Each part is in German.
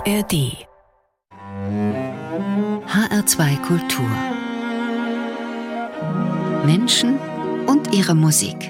ARD HR2 Kultur. Menschen und ihre Musik.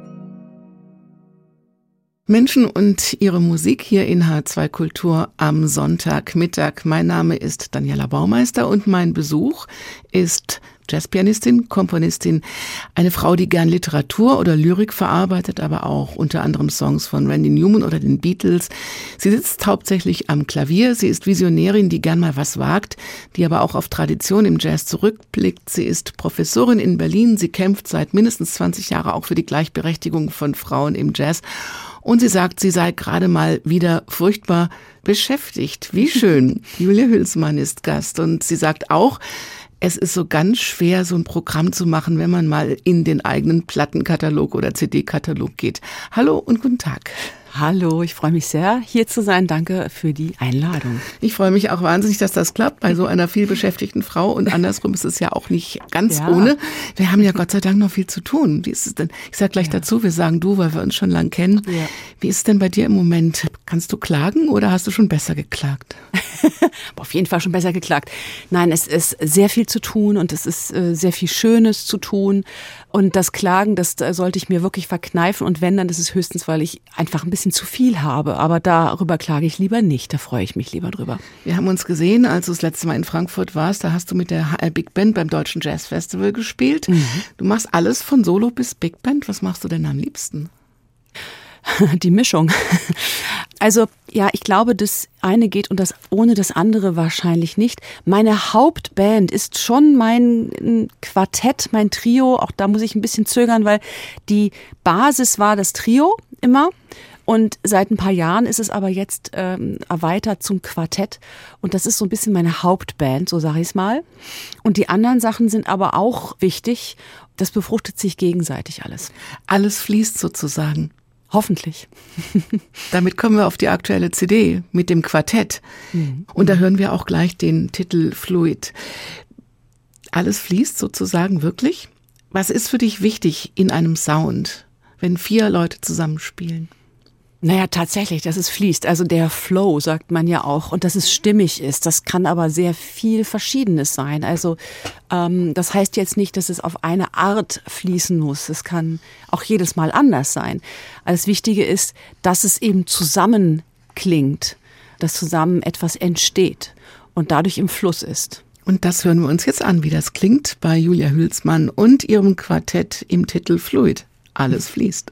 Menschen und ihre Musik hier in H2 Kultur am Sonntagmittag. Mein Name ist Daniela Baumeister und mein Besuch ist Jazzpianistin, Komponistin, eine Frau, die gern Literatur oder Lyrik verarbeitet, aber auch unter anderem Songs von Randy Newman oder den Beatles. Sie sitzt hauptsächlich am Klavier, sie ist Visionärin, die gern mal was wagt, die aber auch auf Tradition im Jazz zurückblickt. Sie ist Professorin in Berlin, sie kämpft seit mindestens 20 Jahren auch für die Gleichberechtigung von Frauen im Jazz. Und sie sagt, sie sei gerade mal wieder furchtbar beschäftigt. Wie schön. Julia Hülsmann ist Gast und sie sagt auch, es ist so ganz schwer, so ein Programm zu machen, wenn man mal in den eigenen Plattenkatalog oder CD-Katalog geht. Hallo und guten Tag. Hallo, ich freue mich sehr, hier zu sein. Danke für die Einladung. Ich freue mich auch wahnsinnig, dass das klappt bei so einer vielbeschäftigten Frau. Und andersrum ist es ja auch nicht ganz ohne. Wir haben ja Gott sei Dank noch viel zu tun. Wie ist es denn? Ich sage gleich dazu, wir sagen du, weil wir uns schon lang kennen. Ja. Wie ist es denn bei dir im Moment? Kannst du klagen oder hast du schon besser geklagt? Auf jeden Fall schon besser geklagt. Nein, es ist sehr viel zu tun und es ist sehr viel Schönes zu tun. Und das Klagen, das sollte ich mir wirklich verkneifen. Und wenn, dann ist es höchstens, weil ich einfach ein bisschen zu viel habe. Aber darüber klage ich lieber nicht. Da freue ich mich lieber drüber. Wir haben uns gesehen, als du das letzte Mal in Frankfurt warst. Da hast du mit der HR Big Band beim Deutschen Jazz Festival gespielt. Mhm. Du machst alles von Solo bis Big Band. Was machst du denn am liebsten? Die Mischung. Also ja, ich glaube, das eine geht und das ohne das andere wahrscheinlich nicht. Meine Hauptband ist schon mein Quartett, mein Trio. Auch da muss ich ein bisschen zögern, weil die Basis war das Trio immer. Und seit ein paar Jahren ist es aber jetzt erweitert zum Quartett. Und das ist so ein bisschen meine Hauptband, so sage ich es mal. Und die anderen Sachen sind aber auch wichtig. Das befruchtet sich gegenseitig alles. Alles fließt sozusagen. Hoffentlich. Damit kommen wir auf die aktuelle CD mit dem Quartett. Mhm. Und da hören wir auch gleich den Titel Fluid. Alles fließt sozusagen wirklich. Was ist für dich wichtig in einem Sound, wenn 4 Leute zusammenspielen? Naja, tatsächlich, dass es fließt. Also der Flow, sagt man ja auch. Und dass es stimmig ist. Das kann aber sehr viel Verschiedenes sein. Also das heißt jetzt nicht, dass es auf eine Art fließen muss. Es kann auch jedes Mal anders sein. Das Wichtige ist, dass es eben zusammen klingt, dass zusammen etwas entsteht und dadurch im Fluss ist. Und das hören wir uns jetzt an, wie das klingt bei Julia Hülsmann und ihrem Quartett im Titel Fluid. Alles fließt.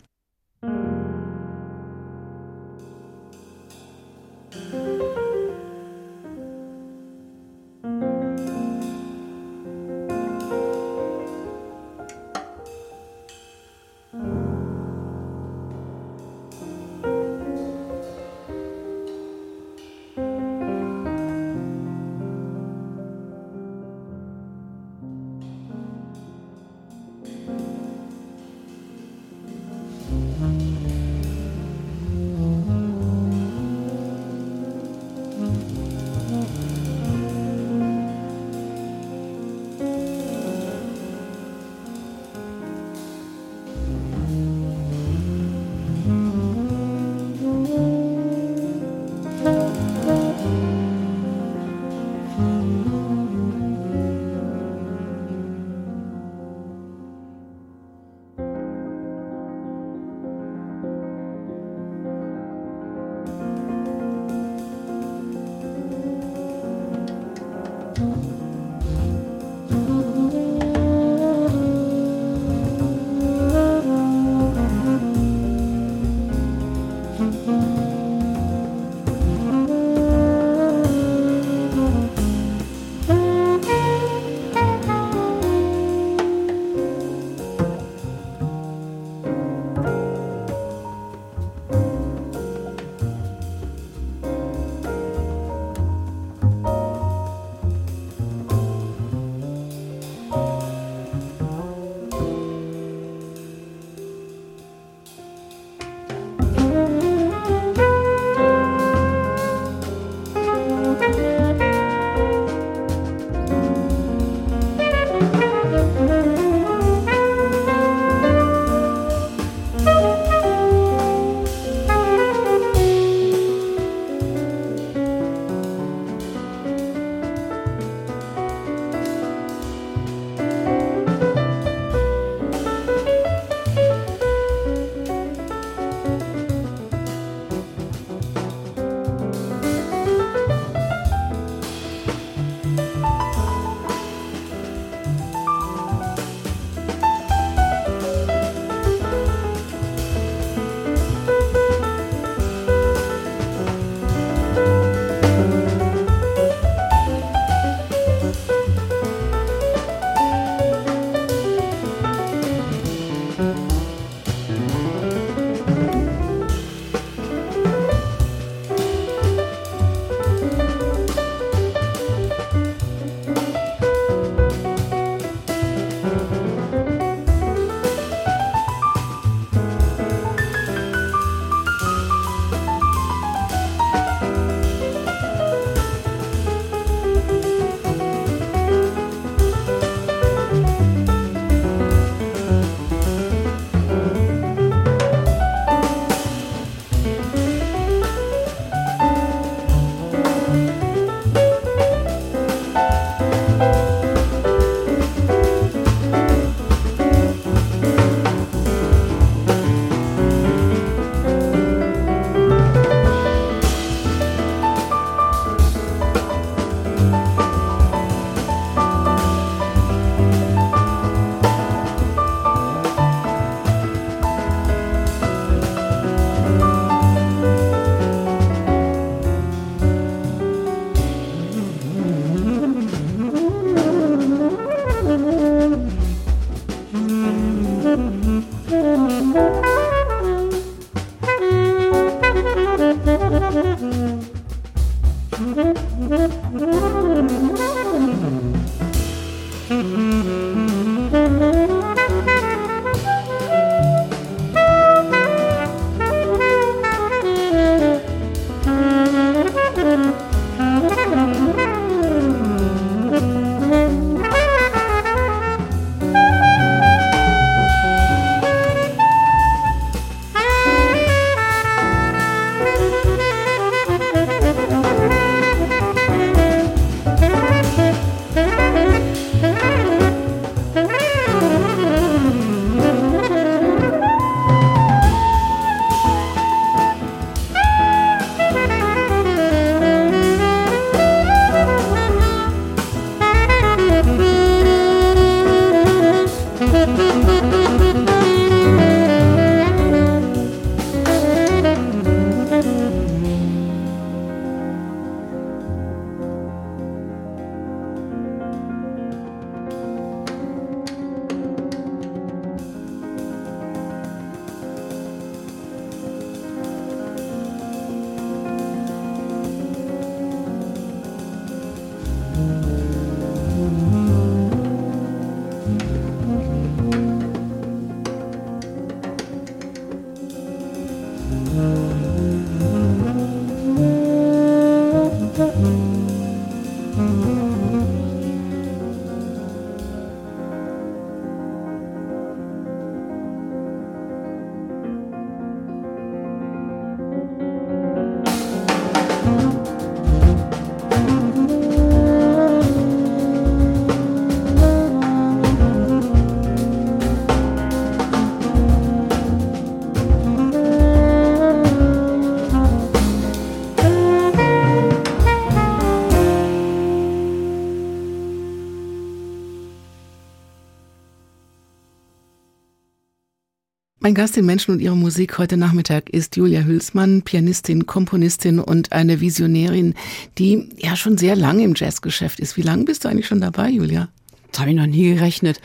Mein Gast in Menschen und ihre Musik heute Nachmittag ist Julia Hülsmann, Pianistin, Komponistin und eine Visionärin, die ja schon sehr lange im Jazzgeschäft ist. Wie lange bist du eigentlich schon dabei, Julia? Das habe ich noch nie gerechnet.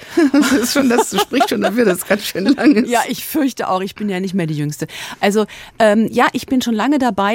Das spricht schon dafür, dass es ganz schön lang ist. Ja, ich fürchte auch, ich bin ja nicht mehr die Jüngste. Also ich bin schon lange dabei.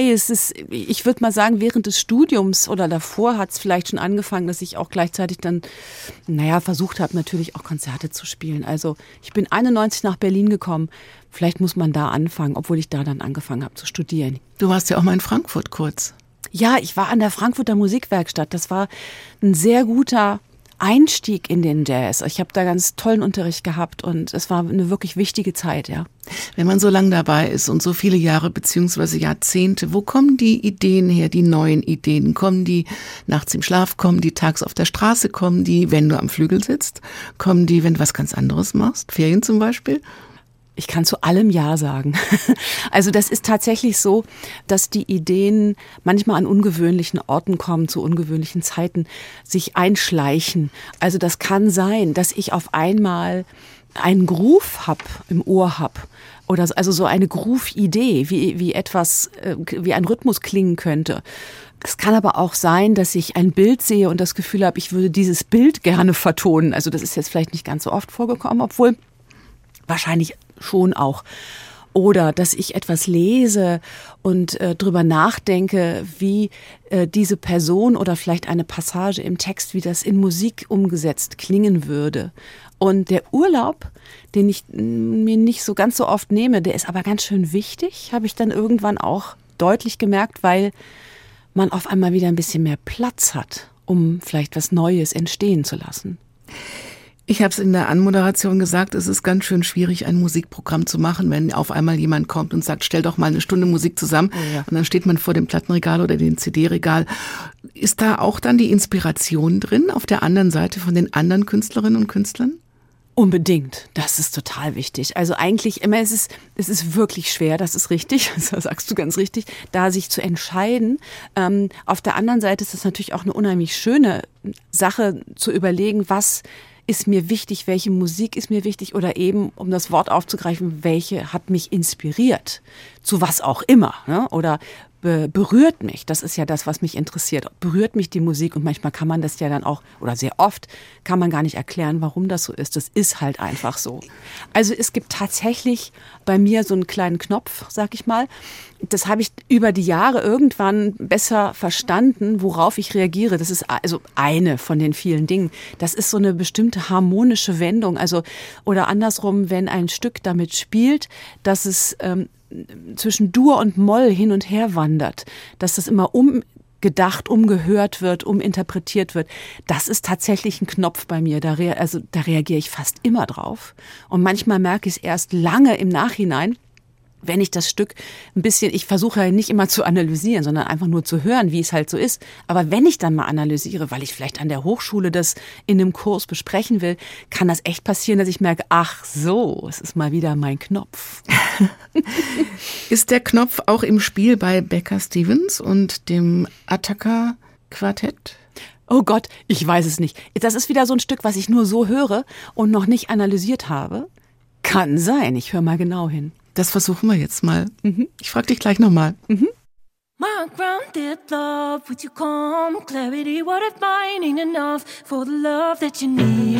Ich würde mal sagen, während des Studiums oder davor hat es vielleicht schon angefangen, dass ich auch gleichzeitig dann, versucht habe, natürlich auch Konzerte zu spielen. Also ich bin 91 nach Berlin gekommen. Vielleicht muss man da anfangen, obwohl ich da dann angefangen habe zu studieren. Du warst ja auch mal in Frankfurt kurz. Ja, ich war an der Frankfurter Musikwerkstatt. Das war ein sehr guter Einstieg in den Jazz. Ich habe da ganz tollen Unterricht gehabt und es war eine wirklich wichtige Zeit, ja. Wenn man so lange dabei ist und so viele Jahre bzw. Jahrzehnte, wo kommen die Ideen her, die neuen Ideen? Kommen die nachts im Schlaf, kommen die tags auf der Straße, kommen die, wenn du am Flügel sitzt, kommen die, wenn du was ganz anderes machst, Ferien zum Beispiel? Ich kann zu allem Ja sagen. Also das ist tatsächlich so, dass die Ideen manchmal an ungewöhnlichen Orten kommen, zu ungewöhnlichen Zeiten, sich einschleichen. Also das kann sein, dass ich auf einmal einen Groove im Ohr hab. Oder also so eine Groove-Idee, wie etwas, wie ein Rhythmus klingen könnte. Es kann aber auch sein, dass ich ein Bild sehe und das Gefühl habe, ich würde dieses Bild gerne vertonen. Also das ist jetzt vielleicht nicht ganz so oft vorgekommen, obwohl wahrscheinlich schon auch. Oder dass ich etwas lese und drüber nachdenke, wie diese Person oder vielleicht eine Passage im Text, wie das in Musik umgesetzt klingen würde. Und der Urlaub, den ich mir nicht so ganz so oft nehme, der ist aber ganz schön wichtig, habe ich dann irgendwann auch deutlich gemerkt, weil man auf einmal wieder ein bisschen mehr Platz hat, um vielleicht was Neues entstehen zu lassen. Ich habe es in der Anmoderation gesagt, es ist ganz schön schwierig, ein Musikprogramm zu machen, wenn auf einmal jemand kommt und sagt, stell doch mal eine Stunde Musik zusammen. Oh ja. Und dann steht man vor dem Plattenregal oder dem CD-Regal. Ist da auch dann die Inspiration drin auf der anderen Seite von den anderen Künstlerinnen und Künstlern? Unbedingt, das ist total wichtig. Also eigentlich immer, es ist wirklich schwer, das ist richtig, das sagst du ganz richtig, da sich zu entscheiden. Auf der anderen Seite ist es natürlich auch eine unheimlich schöne Sache zu überlegen, was ist mir wichtig, welche Musik ist mir wichtig oder eben, um das Wort aufzugreifen, welche hat mich inspiriert, zu was auch immer, ne? Oder berührt mich, das ist ja das, was mich interessiert, berührt mich die Musik und manchmal kann man das ja dann auch, oder sehr oft kann man gar nicht erklären, warum das so ist, das ist halt einfach so. Also es gibt tatsächlich bei mir so einen kleinen Knopf, sag ich mal, das habe ich über die Jahre irgendwann besser verstanden, worauf ich reagiere. Das ist also eine von den vielen Dingen. Das ist so eine bestimmte harmonische Wendung. Also oder andersrum, wenn ein Stück damit spielt, dass es zwischen Dur und Moll hin und her wandert, dass das immer umgedacht, umgehört wird, uminterpretiert wird. Das ist tatsächlich ein Knopf bei mir. Da reagiere ich fast immer drauf. Und manchmal merke ich es erst lange im Nachhinein, wenn ich das Stück ein bisschen, ich versuche ja nicht immer zu analysieren, sondern einfach nur zu hören, wie es halt so ist. Aber wenn ich dann mal analysiere, weil ich vielleicht an der Hochschule das in einem Kurs besprechen will, kann das echt passieren, dass ich merke, ach so, es ist mal wieder mein Knopf. Ist der Knopf auch im Spiel bei Becca Stevens und dem Attacca-Quartett? Oh Gott, ich weiß es nicht. Das ist wieder so ein Stück, was ich nur so höre und noch nicht analysiert habe. Kann sein, ich höre mal genau hin. Das versuchen wir jetzt mal. Ich frage dich gleich nochmal. My grounded love, with your calm clarity, what if mine ain't enough for the love that you need?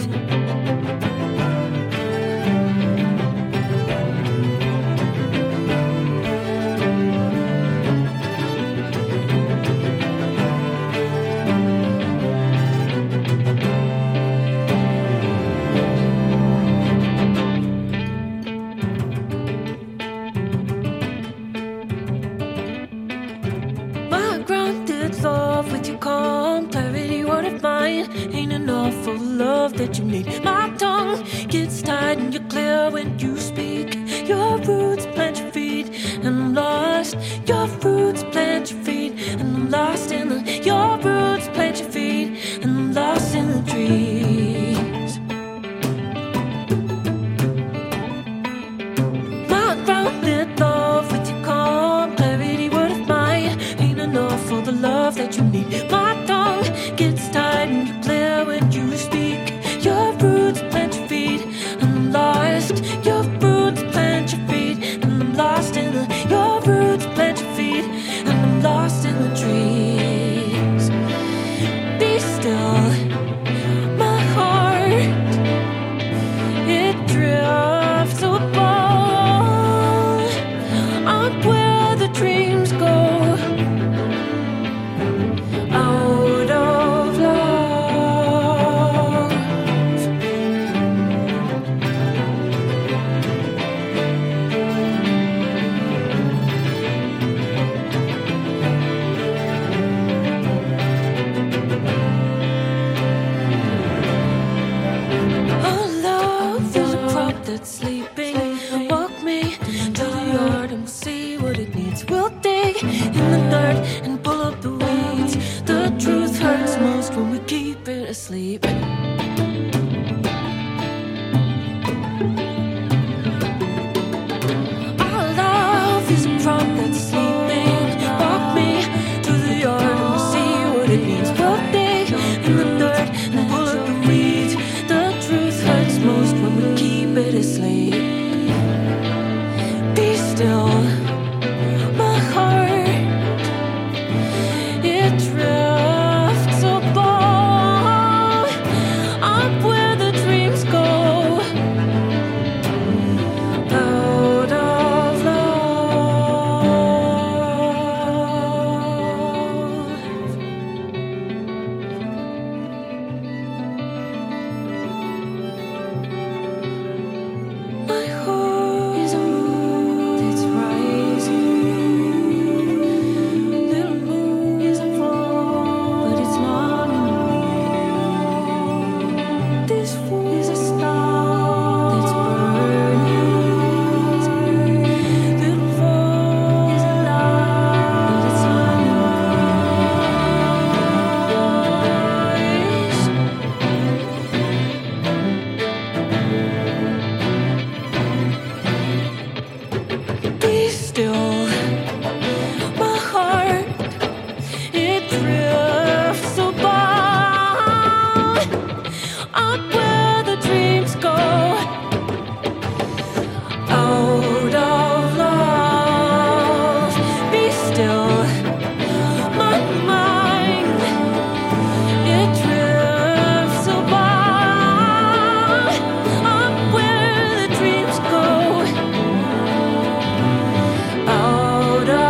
mine ain't enough for the love that you need. My tongue gets tied and you're clear when you speak. Your roots plant your feet and I'm lost. Your roots plant your feet and I'm lost in the. Your roots plant your feet and I'm lost in the trees. My grounded love with your calm clarity, word of mine ain't enough for the love that you need. My tongue gets tied and you're clear when you speak. Your roots plant your feet and I'm lost. Your roots plant your feet and I'm lost in the. Your roots plant your feet and I'm lost in the trees. Be still, my heart, it drifts apart. Up where the dreams go. Out of love. Our love is a crop that's sleeping. Walk me to the yard and we'll see what it needs. We'll dig in the dirt and pull up the weeds. The truth hurts most when we keep it asleep. Our love is a crop that's sleeping. Walk me to the yard and we'll see what it needs. We'll dig in the dirt and pull up the weeds. The truth hurts most when we keep it asleep. Be still, my heart, it drifts apart. Up where the dreams go. Out of love. My heart is a moon that's rising. Little moon isn't full, but it's not in me. This fool is a star that's burning. Little fool is alive, but it's not in Be still, my heart, it drifts apart. Up where the dreams go. Out of love. Be still, my mind, it drifts apart. Up where the dreams go. Out of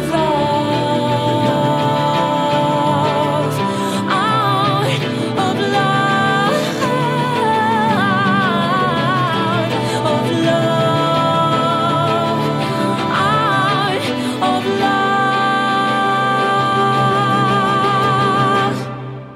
love, out of love, of love, out of love.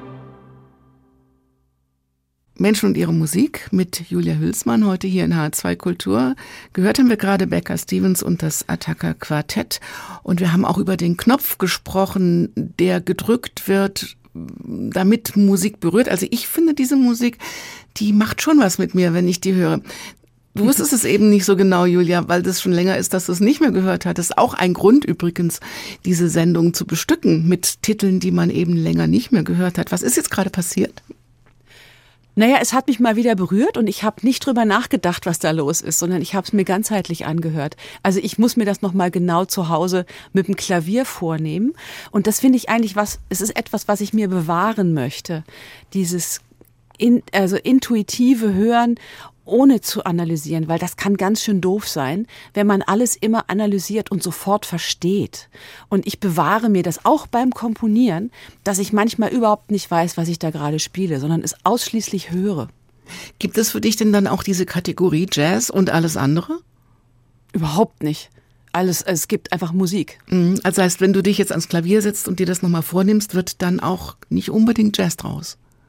Menschen und ihre Musik mit Julia Hülsmann heute hier in HR2 Kultur. Gehört haben wir gerade Becca Stevens und das Attacker Quartett. Und wir haben auch über den Knopf gesprochen, der gedrückt wird, damit Musik berührt. Also ich finde, diese Musik, die macht schon was mit mir, wenn ich die höre. Du wusstest es eben nicht so genau, Julia, weil das schon länger ist, dass du es nicht mehr gehört hattest. Auch ein Grund übrigens, diese Sendung zu bestücken mit Titeln, die man eben länger nicht mehr gehört hat. Was ist jetzt gerade passiert? Naja, es hat mich mal wieder berührt und ich habe nicht drüber nachgedacht, was da los ist, sondern ich habe es mir ganzheitlich angehört. Also ich muss mir das nochmal genau zu Hause mit dem Klavier vornehmen. Und das finde ich eigentlich es ist etwas, was ich mir bewahren möchte. Dieses intuitive Hören, ohne zu analysieren, weil das kann ganz schön doof sein, wenn man alles immer analysiert und sofort versteht. Und ich bewahre mir das auch beim Komponieren, dass ich manchmal überhaupt nicht weiß, was ich da gerade spiele, sondern es ausschließlich höre. Gibt es für dich denn dann auch diese Kategorie Jazz und alles andere? Überhaupt nicht. Es gibt einfach Musik. Also heißt, wenn du dich jetzt ans Klavier setzt und dir das nochmal vornimmst, wird dann auch nicht unbedingt Jazz draus?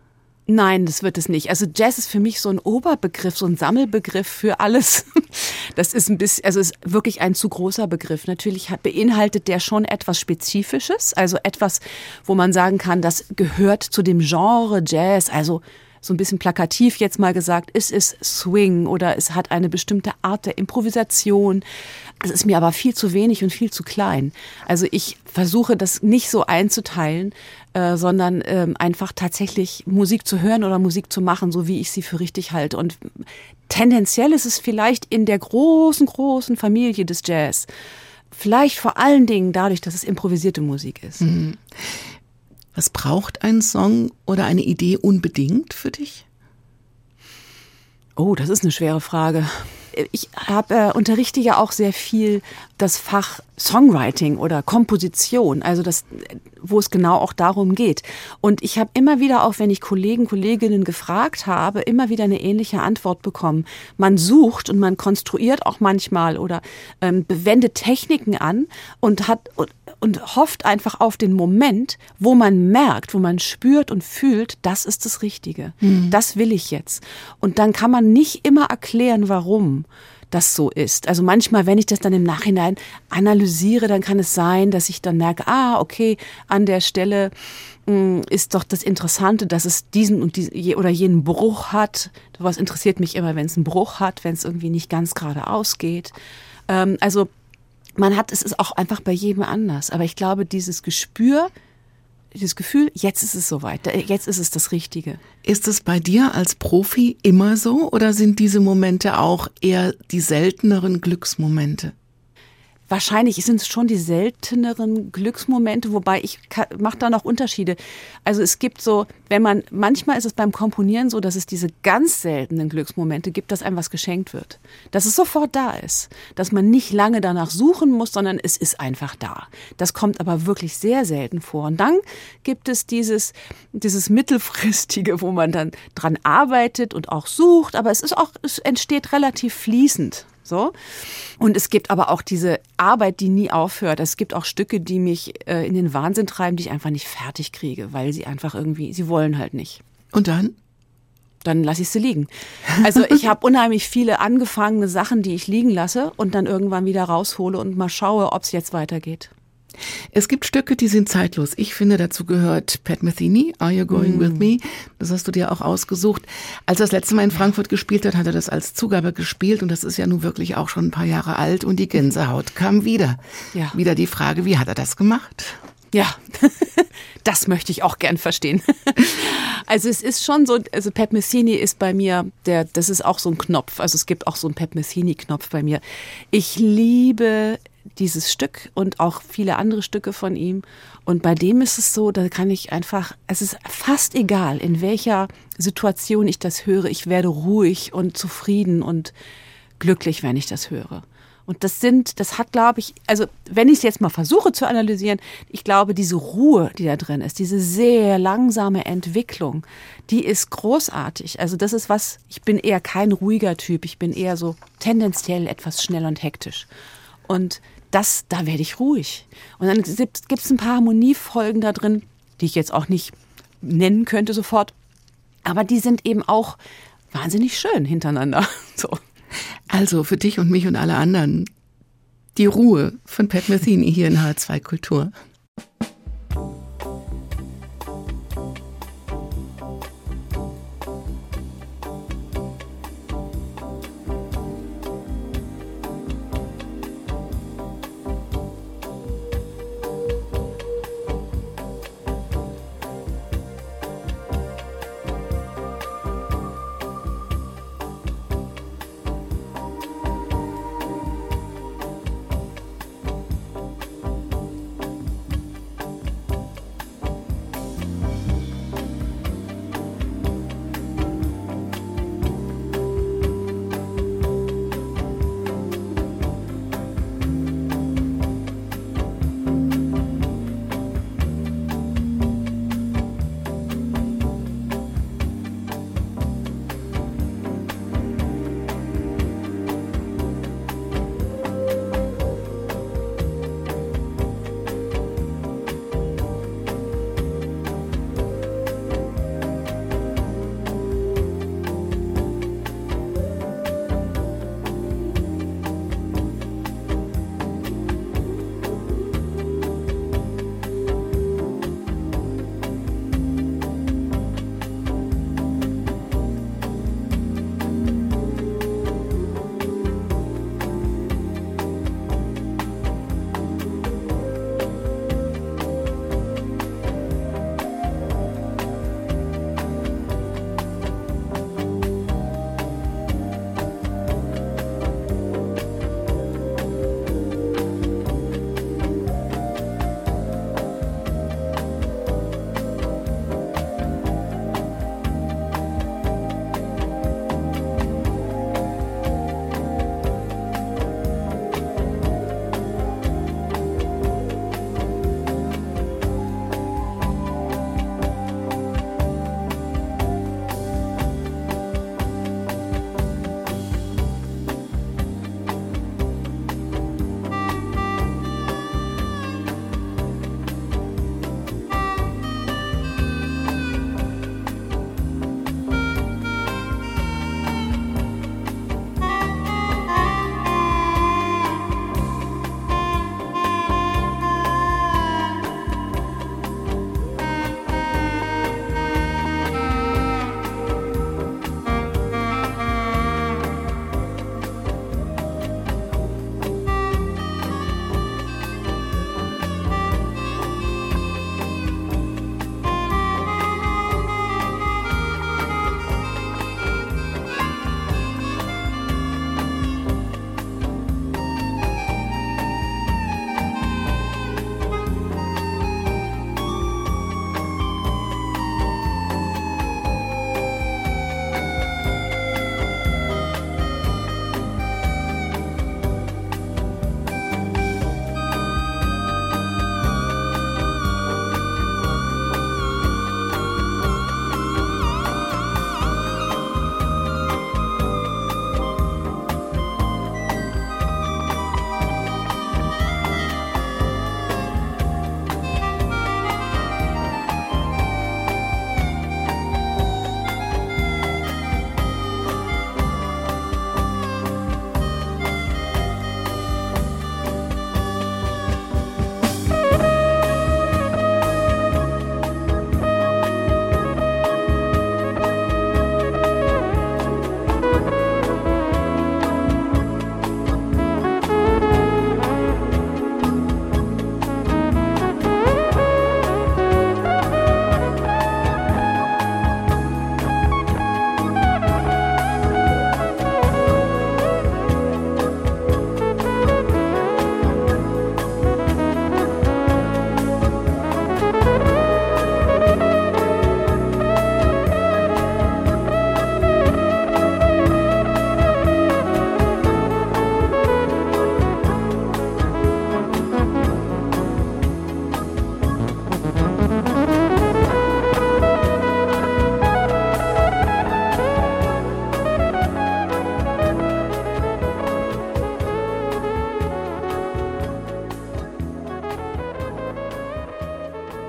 Nein, das wird es nicht. Also Jazz ist für mich so ein Oberbegriff, so ein Sammelbegriff für alles. Das ist ein bisschen, also ist wirklich ein zu großer Begriff. Natürlich beinhaltet der schon etwas Spezifisches, also etwas, wo man sagen kann, das gehört zu dem Genre Jazz, also so ein bisschen plakativ jetzt mal gesagt, es ist Swing oder es hat eine bestimmte Art der Improvisation. Es ist mir aber viel zu wenig und viel zu klein. Also ich versuche das nicht so einzuteilen, sondern einfach tatsächlich Musik zu hören oder Musik zu machen, so wie ich sie für richtig halte. Und tendenziell ist es vielleicht in der großen, großen Familie des Jazz. Vielleicht vor allen Dingen dadurch, dass es improvisierte Musik ist. Mhm. Was braucht ein Song oder eine Idee unbedingt für dich? Oh, das ist eine schwere Frage. Ich unterrichte ja auch sehr viel das Fach Songwriting oder Komposition, also das, wo es genau auch darum geht. Und ich habe immer wieder, auch wenn ich Kolleginnen gefragt habe, immer wieder eine ähnliche Antwort bekommen. Man sucht und man konstruiert auch manchmal oder wendet Techniken an und hofft einfach auf den Moment, wo man merkt, wo man spürt und fühlt, das ist das Richtige. Das will ich jetzt. Und dann kann man nicht immer erklären, warum das so ist. Also manchmal, wenn ich das dann im Nachhinein analysiere, dann kann es sein, dass ich dann merke, okay, an der Stelle ist doch das Interessante, dass es diesen und oder jenen Bruch hat. Was interessiert mich immer, wenn es einen Bruch hat, wenn es irgendwie nicht ganz geradeaus geht. Also es ist auch einfach bei jedem anders. Aber ich glaube, dieses Gefühl, jetzt ist es soweit, jetzt ist es das Richtige. Ist es bei dir als Profi immer so oder sind diese Momente auch eher die selteneren Glücksmomente? Wahrscheinlich sind es schon die selteneren Glücksmomente, wobei ich mache da noch Unterschiede. Also es gibt so, manchmal ist es beim Komponieren so, dass es diese ganz seltenen Glücksmomente gibt, dass einem was geschenkt wird. Dass es sofort da ist. Dass man nicht lange danach suchen muss, sondern es ist einfach da. Das kommt aber wirklich sehr selten vor. Und dann gibt es dieses Mittelfristige, wo man dann dran arbeitet und auch sucht, aber es entsteht relativ fließend. So. Und es gibt aber auch diese Arbeit, die nie aufhört. Es gibt auch Stücke, die mich in den Wahnsinn treiben, die ich einfach nicht fertig kriege, weil sie einfach sie wollen halt nicht. Und dann? Dann lasse ich sie liegen. Also ich habe unheimlich viele angefangene Sachen, die ich liegen lasse und dann irgendwann wieder raushole und mal schaue, ob es jetzt weitergeht. Es gibt Stücke, die sind zeitlos. Ich finde, dazu gehört Pat Metheny, Are You Going With Me? Das hast du dir auch ausgesucht. Als er das letzte Mal in Frankfurt gespielt hat er das als Zugabe gespielt und das ist ja nun wirklich auch schon ein paar Jahre alt und die Gänsehaut kam wieder. Ja. Wieder die Frage, wie hat er das gemacht? Ja, das möchte ich auch gern verstehen. Also es ist schon so, also Pat Metheny ist bei mir, das ist auch so ein Knopf. Also es gibt auch so einen Pat Metheny-Knopf bei mir. Ich liebe dieses Stück und auch viele andere Stücke von ihm. Und bei dem ist es so, da kann ich einfach, es ist fast egal, in welcher Situation ich das höre. Ich werde ruhig und zufrieden und glücklich, wenn ich das höre. Und das hat, glaube ich, also wenn ich es jetzt mal versuche zu analysieren, ich glaube, diese Ruhe, die da drin ist, diese sehr langsame Entwicklung, die ist großartig. Also das ist ich bin eher kein ruhiger Typ, ich bin eher so tendenziell etwas schnell und hektisch. Und da werde ich ruhig. Und dann gibt es ein paar Harmoniefolgen da drin, die ich jetzt auch nicht nennen könnte sofort. Aber die sind eben auch wahnsinnig schön hintereinander. So. Also für dich und mich und alle anderen, die Ruhe von Pat Metheny hier in H2 Kultur.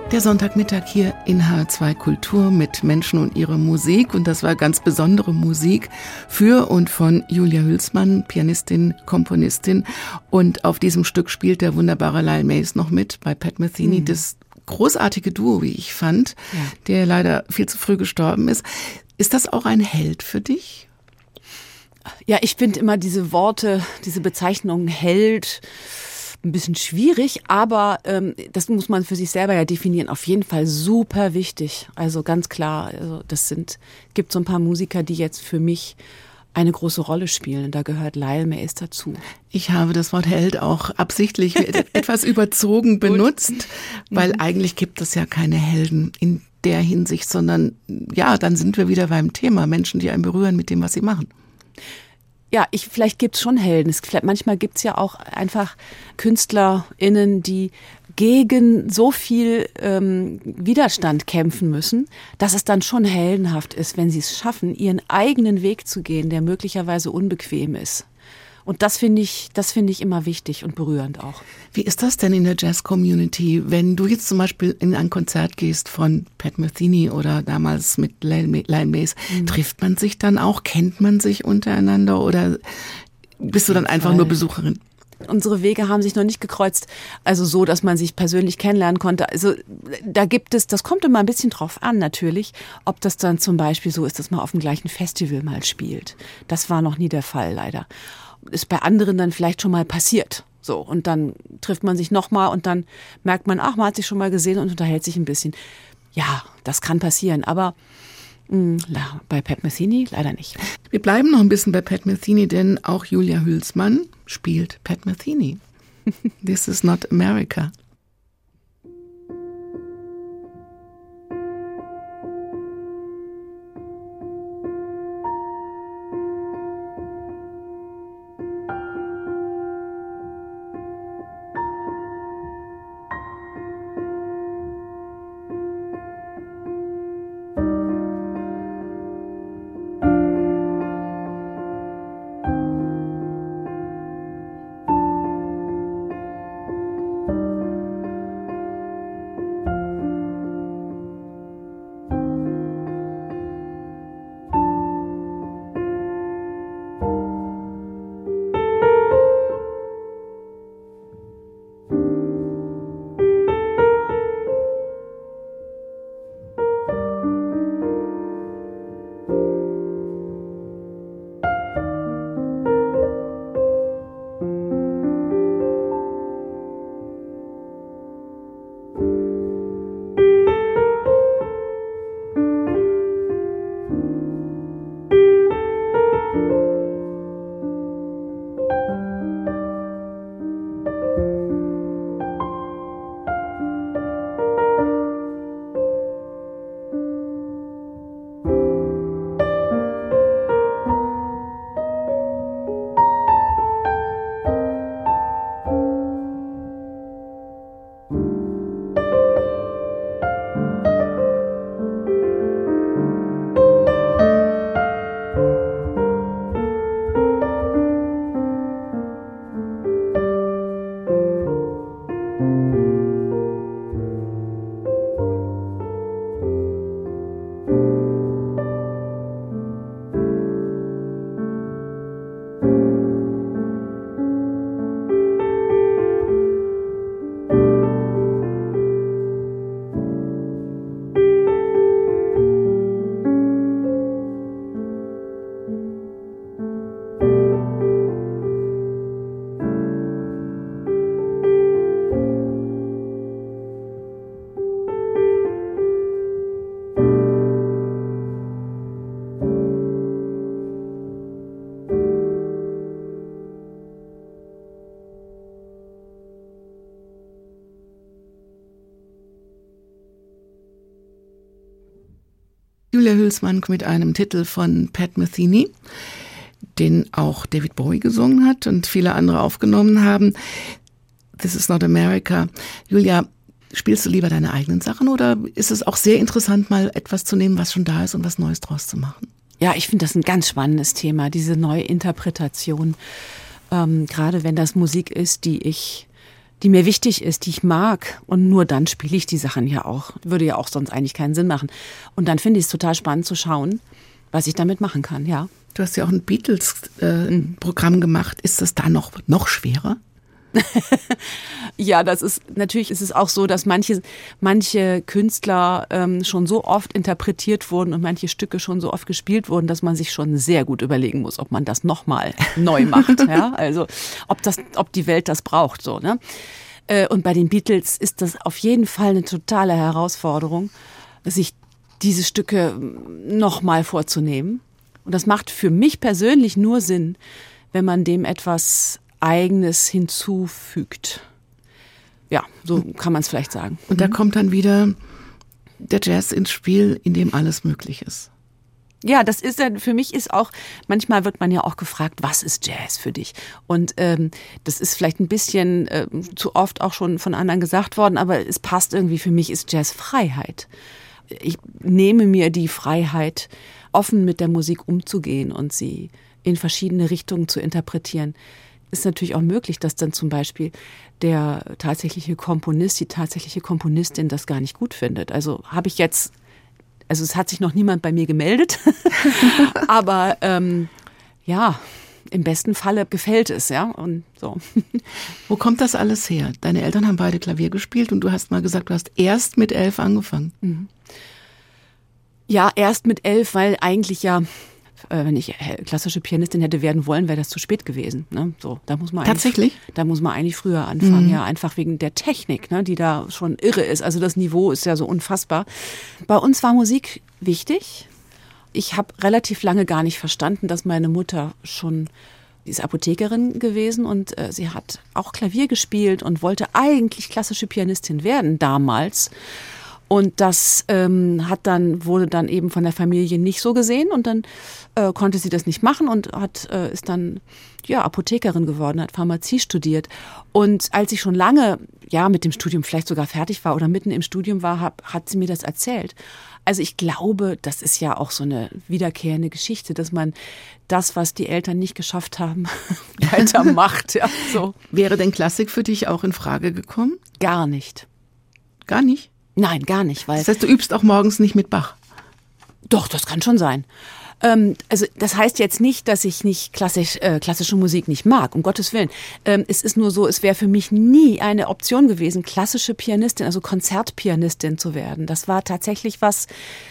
Der Sonntagmittag hier in H2 Kultur mit Menschen und ihrer Musik. Und das war ganz besondere Musik für und von Julia Hülsmann, Pianistin, Komponistin. Und auf diesem Stück spielt der wunderbare Lyle Mays noch mit bei Pat Metheny. Das großartige Duo, wie ich fand, der leider viel zu früh gestorben ist. Ist das auch ein Held für dich? Ja, ich finde immer diese Worte, diese Bezeichnung Held ein bisschen schwierig, aber das muss man für sich selber ja definieren. Auf jeden Fall super wichtig. Also ganz klar, also gibt so ein paar Musiker, die jetzt für mich eine große Rolle spielen. Da gehört Lyle Mays dazu. Ich habe das Wort Held auch absichtlich etwas überzogen benutzt, weil eigentlich gibt es ja keine Helden in der Hinsicht, sondern ja, dann sind wir wieder beim Thema. Menschen, die einen berühren mit dem, was sie machen. Ja, vielleicht gibt's schon Helden. Manchmal gibt's ja auch einfach KünstlerInnen, die gegen so viel Widerstand kämpfen müssen, dass es dann schon heldenhaft ist, wenn sie es schaffen, ihren eigenen Weg zu gehen, der möglicherweise unbequem ist. Und das finde ich immer wichtig und berührend auch. Wie ist das denn in der Jazz-Community, wenn du jetzt zum Beispiel in ein Konzert gehst von Pat Metheny oder damals mit Lyle Mays, trifft man sich dann auch, kennt man sich untereinander oder bist du dann einfach nur Besucherin? Unsere Wege haben sich noch nicht gekreuzt, also so, dass man sich persönlich kennenlernen konnte. Also das kommt immer ein bisschen drauf an natürlich, ob das dann zum Beispiel so ist, dass man auf dem gleichen Festival mal spielt. Das war noch nie der Fall, leider. Ist bei anderen dann vielleicht schon mal passiert. So, und dann trifft man sich nochmal und dann merkt man, man hat sich schon mal gesehen und unterhält sich ein bisschen. Ja, das kann passieren, aber bei Pat Metheny leider nicht. Wir bleiben noch ein bisschen bei Pat Metheny, denn auch Julia Hülsmann spielt Pat Metheny. This is not America. Julia Hülsmann mit einem Titel von Pat Metheny, den auch David Bowie gesungen hat und viele andere aufgenommen haben. This is not America. Julia, spielst du lieber deine eigenen Sachen oder ist es auch sehr interessant, mal etwas zu nehmen, was schon da ist und was Neues draus zu machen? Ja, ich finde das ein ganz spannendes Thema, diese neue Interpretation. Gerade wenn das Musik ist, die ich die mir wichtig ist, die ich mag. Und nur dann spiele ich die Sachen ja auch. Würde ja auch sonst eigentlich keinen Sinn machen. Und dann finde ich es total spannend zu schauen, was ich damit machen kann, ja. Du hast ja auch ein Beatles-Programm gemacht. Ist das da noch schwerer? Ja, natürlich ist es auch so, dass manche Künstler schon so oft interpretiert wurden und manche Stücke schon so oft gespielt wurden, dass man sich schon sehr gut überlegen muss, ob man das nochmal neu macht. Ja? Also ob die Welt das braucht. So, ne? Und bei den Beatles ist das auf jeden Fall eine totale Herausforderung, sich diese Stücke nochmal vorzunehmen. Und das macht für mich persönlich nur Sinn, wenn man dem etwas Eigenes hinzufügt. Ja, so kann man es vielleicht sagen. Und da kommt dann wieder der Jazz ins Spiel, in dem alles möglich ist. Ja, das ist ja, für mich ist auch, manchmal wird man ja auch gefragt, was ist Jazz für dich? Und das ist vielleicht ein bisschen zu oft auch schon von anderen gesagt worden, aber es passt irgendwie, für mich ist Jazz Freiheit. Ich nehme mir die Freiheit, offen mit der Musik umzugehen und sie in verschiedene Richtungen zu interpretieren. Ist natürlich auch möglich, dass dann zum Beispiel der tatsächliche Komponist, die tatsächliche Komponistin das gar nicht gut findet. Also es hat sich noch niemand bei mir gemeldet, aber ja, im besten Falle gefällt es, ja, und so. Wo kommt das alles her? Deine Eltern haben beide Klavier gespielt und du hast mal gesagt, du hast erst mit 11 angefangen. Mhm. Ja, erst mit 11, weil eigentlich ja, wenn ich klassische Pianistin hätte werden wollen, wäre das zu spät gewesen. Ne? So, da muss man tatsächlich? Da muss man eigentlich früher anfangen, ja, einfach wegen der Technik, ne, die da schon irre ist. Also das Niveau ist ja so unfassbar. Bei uns war Musik wichtig. Ich habe relativ lange gar nicht verstanden, dass meine Mutter die ist Apothekerin gewesen und sie hat auch Klavier gespielt und wollte eigentlich klassische Pianistin werden damals. Und das wurde dann eben von der Familie nicht so gesehen und dann konnte sie das nicht machen und ist dann Apothekerin geworden, hat Pharmazie studiert. Und als ich schon lange mit dem Studium vielleicht sogar fertig war oder mitten im Studium war, hat sie mir das erzählt. Also ich glaube, das ist ja auch so eine wiederkehrende Geschichte, dass man das, was die Eltern nicht geschafft haben, weitermacht. Ja, so. Wäre denn Klassik für dich auch in Frage gekommen? Gar nicht. Gar nicht? Nein, gar nicht. Das heißt, du übst auch morgens nicht mit Bach? Doch, das kann schon sein. Also das heißt jetzt nicht, dass ich nicht klassische Musik nicht mag, um Gottes Willen. Es ist nur so, es wäre für mich nie eine Option gewesen, klassische Pianistin, also Konzertpianistin zu werden. Das war tatsächlich was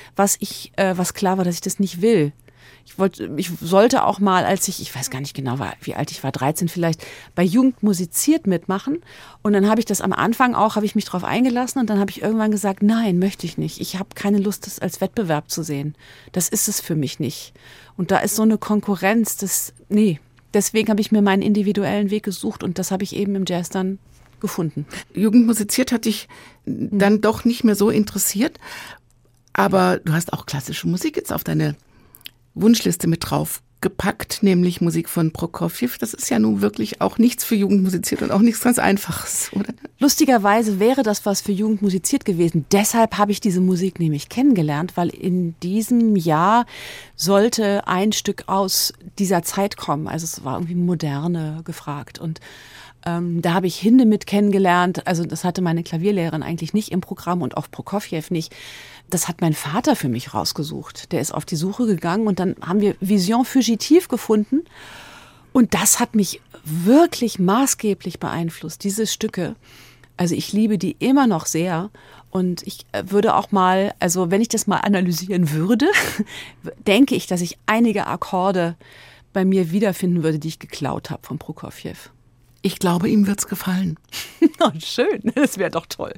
klar war, dass ich das nicht will. Ich sollte auch mal, ich weiß gar nicht genau, wie alt ich war, 13 vielleicht, bei Jugend musiziert mitmachen. Und dann habe ich das am Anfang habe ich mich drauf eingelassen und dann habe ich irgendwann gesagt, nein, möchte ich nicht. Ich habe keine Lust, das als Wettbewerb zu sehen. Das ist es für mich nicht. Und da ist so eine Konkurrenz, deswegen habe ich mir meinen individuellen Weg gesucht und das habe ich eben im Jazz dann gefunden. Jugend musiziert hat dich dann doch nicht mehr so interessiert, aber du hast auch klassische Musik jetzt auf deine Wunschliste mit drauf gepackt, nämlich Musik von Prokofjew. Das ist ja nun wirklich auch nichts für Jugend musiziert und auch nichts ganz Einfaches, oder? Lustigerweise wäre das was für Jugend musiziert gewesen. Deshalb habe ich diese Musik nämlich kennengelernt, weil in diesem Jahr sollte ein Stück aus dieser Zeit kommen. Also es war irgendwie Moderne gefragt und da habe ich Hindemith kennengelernt. Also das hatte meine Klavierlehrerin eigentlich nicht im Programm und auch Prokofjew nicht. Das hat mein Vater für mich rausgesucht. Der ist auf die Suche gegangen und dann haben wir Vision Fugitive gefunden. Und das hat mich wirklich maßgeblich beeinflusst, diese Stücke. Also ich liebe die immer noch sehr. Und ich würde auch mal, also wenn ich das mal analysieren würde, denke ich, dass ich einige Akkorde bei mir wiederfinden würde, die ich geklaut habe von Prokofjew. Ich glaube, ihm wird's gefallen. Oh, schön, das wäre doch toll.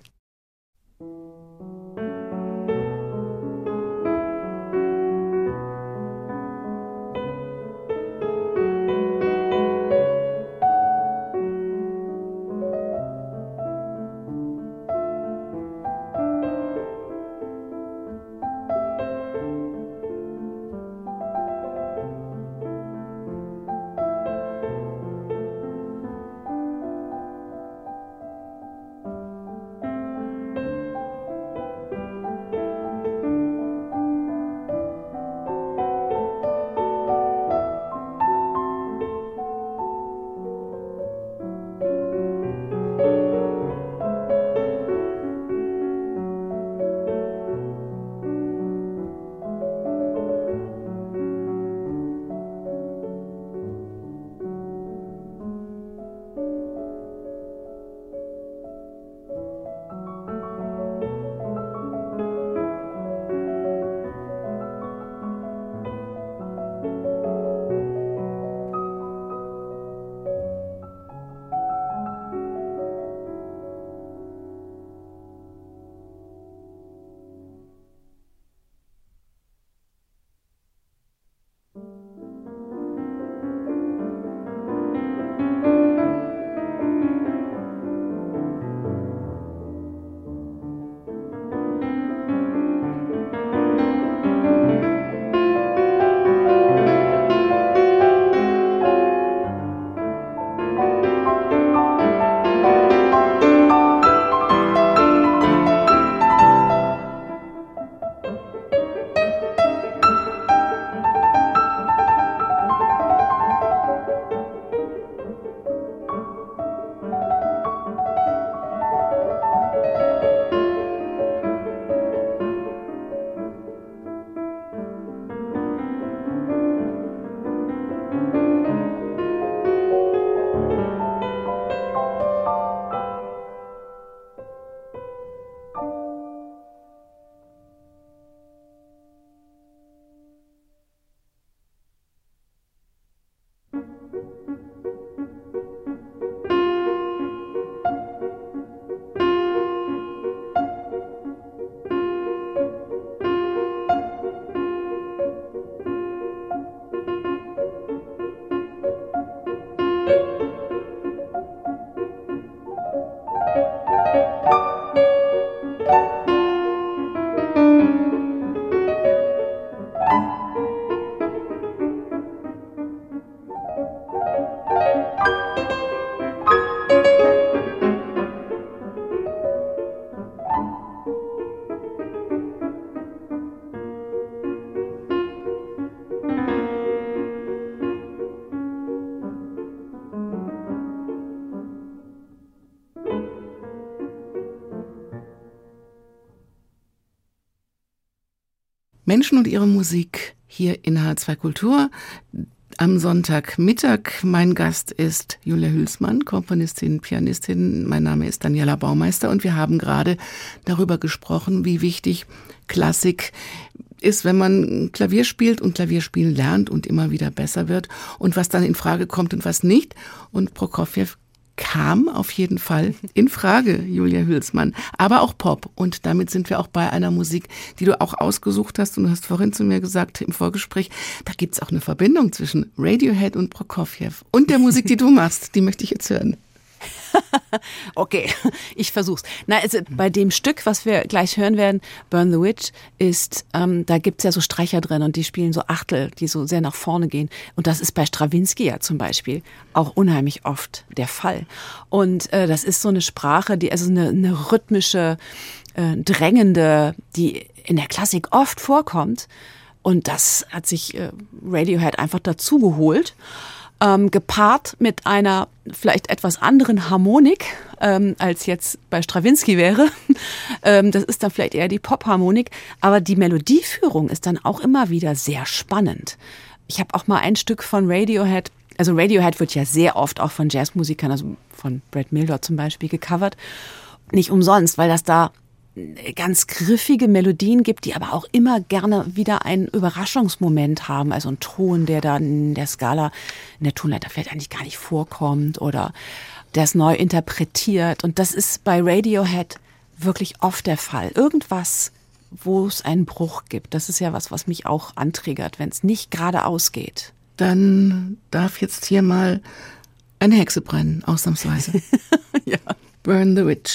Menschen und ihre Musik hier in H2 Kultur. Am Sonntagmittag. Mein Gast ist Julia Hülsmann, Komponistin, Pianistin. Mein Name ist Daniela Baumeister und wir haben gerade darüber gesprochen, wie wichtig Klassik ist, wenn man Klavier spielt und Klavierspielen lernt und immer wieder besser wird und was dann in Frage kommt und was nicht. Und Prokofjew kam auf jeden Fall in Frage, Julia Hülsmann, aber auch Pop. Und damit sind wir auch bei einer Musik, die du auch ausgesucht hast. Und du hast vorhin zu mir gesagt im Vorgespräch, da gibt's auch eine Verbindung zwischen Radiohead und Prokofjew. Und der Musik, die du machst, die möchte ich jetzt hören. Okay, ich versuch's. Also bei dem Stück, was wir gleich hören werden, Burn the Witch, ist, da gibt's ja so Streicher drin und die spielen so Achtel, die so sehr nach vorne gehen. Und das ist bei Strawinsky ja zum Beispiel auch unheimlich oft der Fall. Und das ist so eine Sprache, die also eine rhythmische, drängende, die in der Klassik oft vorkommt. Und das hat sich Radiohead einfach dazu geholt. Gepaart mit einer vielleicht etwas anderen Harmonik, als jetzt bei Strawinsky wäre. Das ist dann vielleicht eher die Popharmonik, aber die Melodieführung ist dann auch immer wieder sehr spannend. Ich habe auch mal ein Stück von Radiohead, also Radiohead wird ja sehr oft auch von Jazzmusikern, also von Brad Mildred zum Beispiel, gecovert. Nicht umsonst, weil das da ganz griffige Melodien gibt, die aber auch immer gerne wieder einen Überraschungsmoment haben. Also ein Ton, der dann in der Skala, in der Tonleiter vielleicht eigentlich gar nicht vorkommt oder der es neu interpretiert. Und das ist bei Radiohead wirklich oft der Fall. Irgendwas, wo es einen Bruch gibt. Das ist ja was mich auch antriggert, wenn es nicht geradeaus geht. Dann darf jetzt hier mal eine Hexe brennen, ausnahmsweise. Ja. Burn the Witch.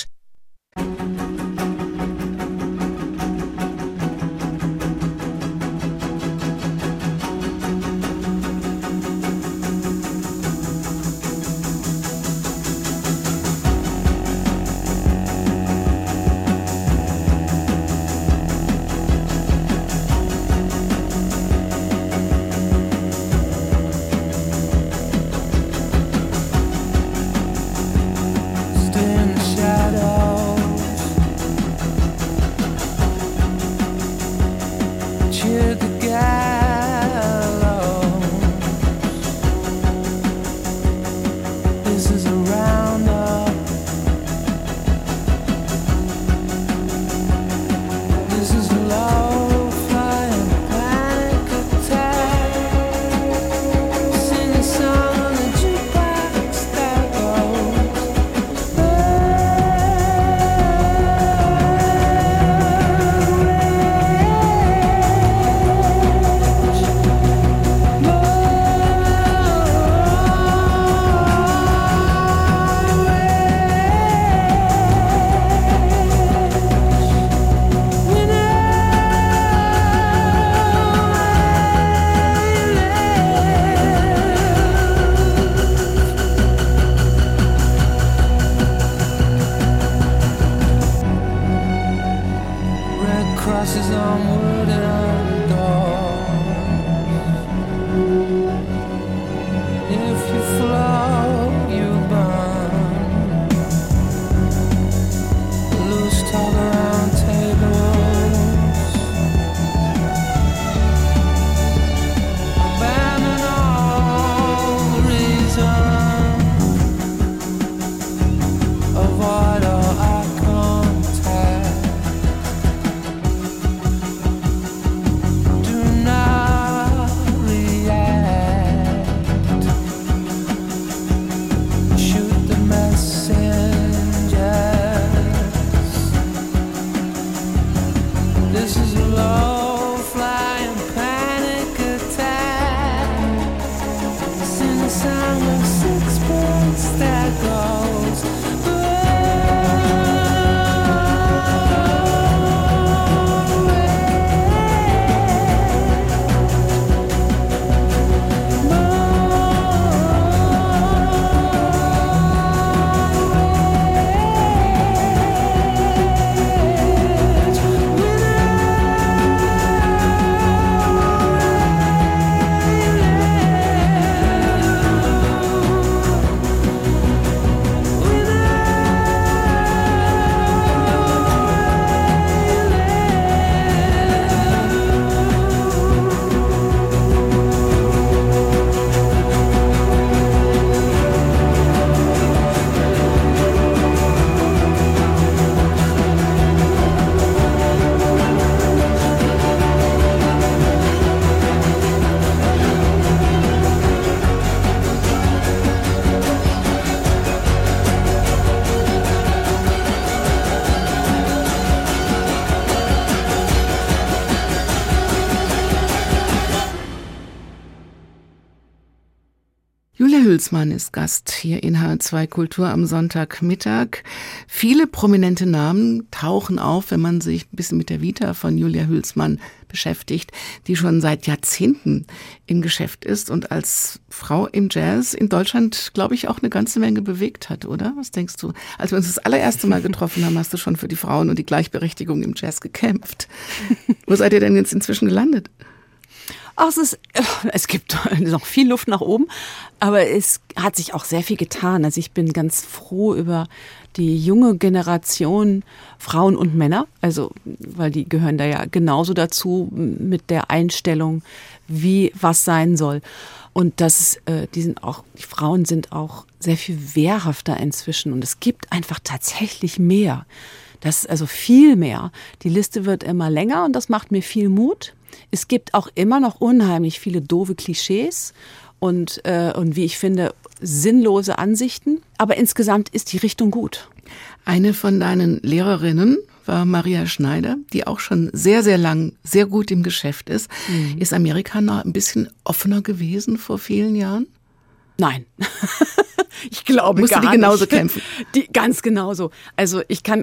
Hülsmann ist Gast hier in H2 Kultur am Sonntagmittag. Viele prominente Namen tauchen auf, wenn man sich ein bisschen mit der Vita von Julia Hülsmann beschäftigt, die schon seit Jahrzehnten im Geschäft ist und als Frau im Jazz in Deutschland, glaube ich, auch eine ganze Menge bewegt hat, oder? Was denkst du? Als wir uns das allererste Mal getroffen haben, hast du schon für die Frauen und die Gleichberechtigung im Jazz gekämpft. Wo seid ihr denn jetzt inzwischen gelandet? Ach, es gibt noch viel Luft nach oben, aber es hat sich auch sehr viel getan. Also ich bin ganz froh über die junge Generation Frauen und Männer, also weil die gehören da ja genauso dazu mit der Einstellung, wie was sein soll. Und die Frauen sind auch sehr viel wehrhafter inzwischen und es gibt einfach tatsächlich mehr. Das ist also viel mehr. Die Liste wird immer länger und das macht mir viel Mut. Es gibt auch immer noch unheimlich viele doofe Klischees und wie ich finde, sinnlose Ansichten. Aber insgesamt ist die Richtung gut. Eine von deinen Lehrerinnen war Maria Schneider, die auch schon sehr, sehr lang sehr gut im Geschäft ist. Mhm. Ist Amerika noch ein bisschen offener gewesen vor vielen Jahren? Nein. Ich glaube musste gar die genauso nicht. Kämpfen? Ganz genauso. Also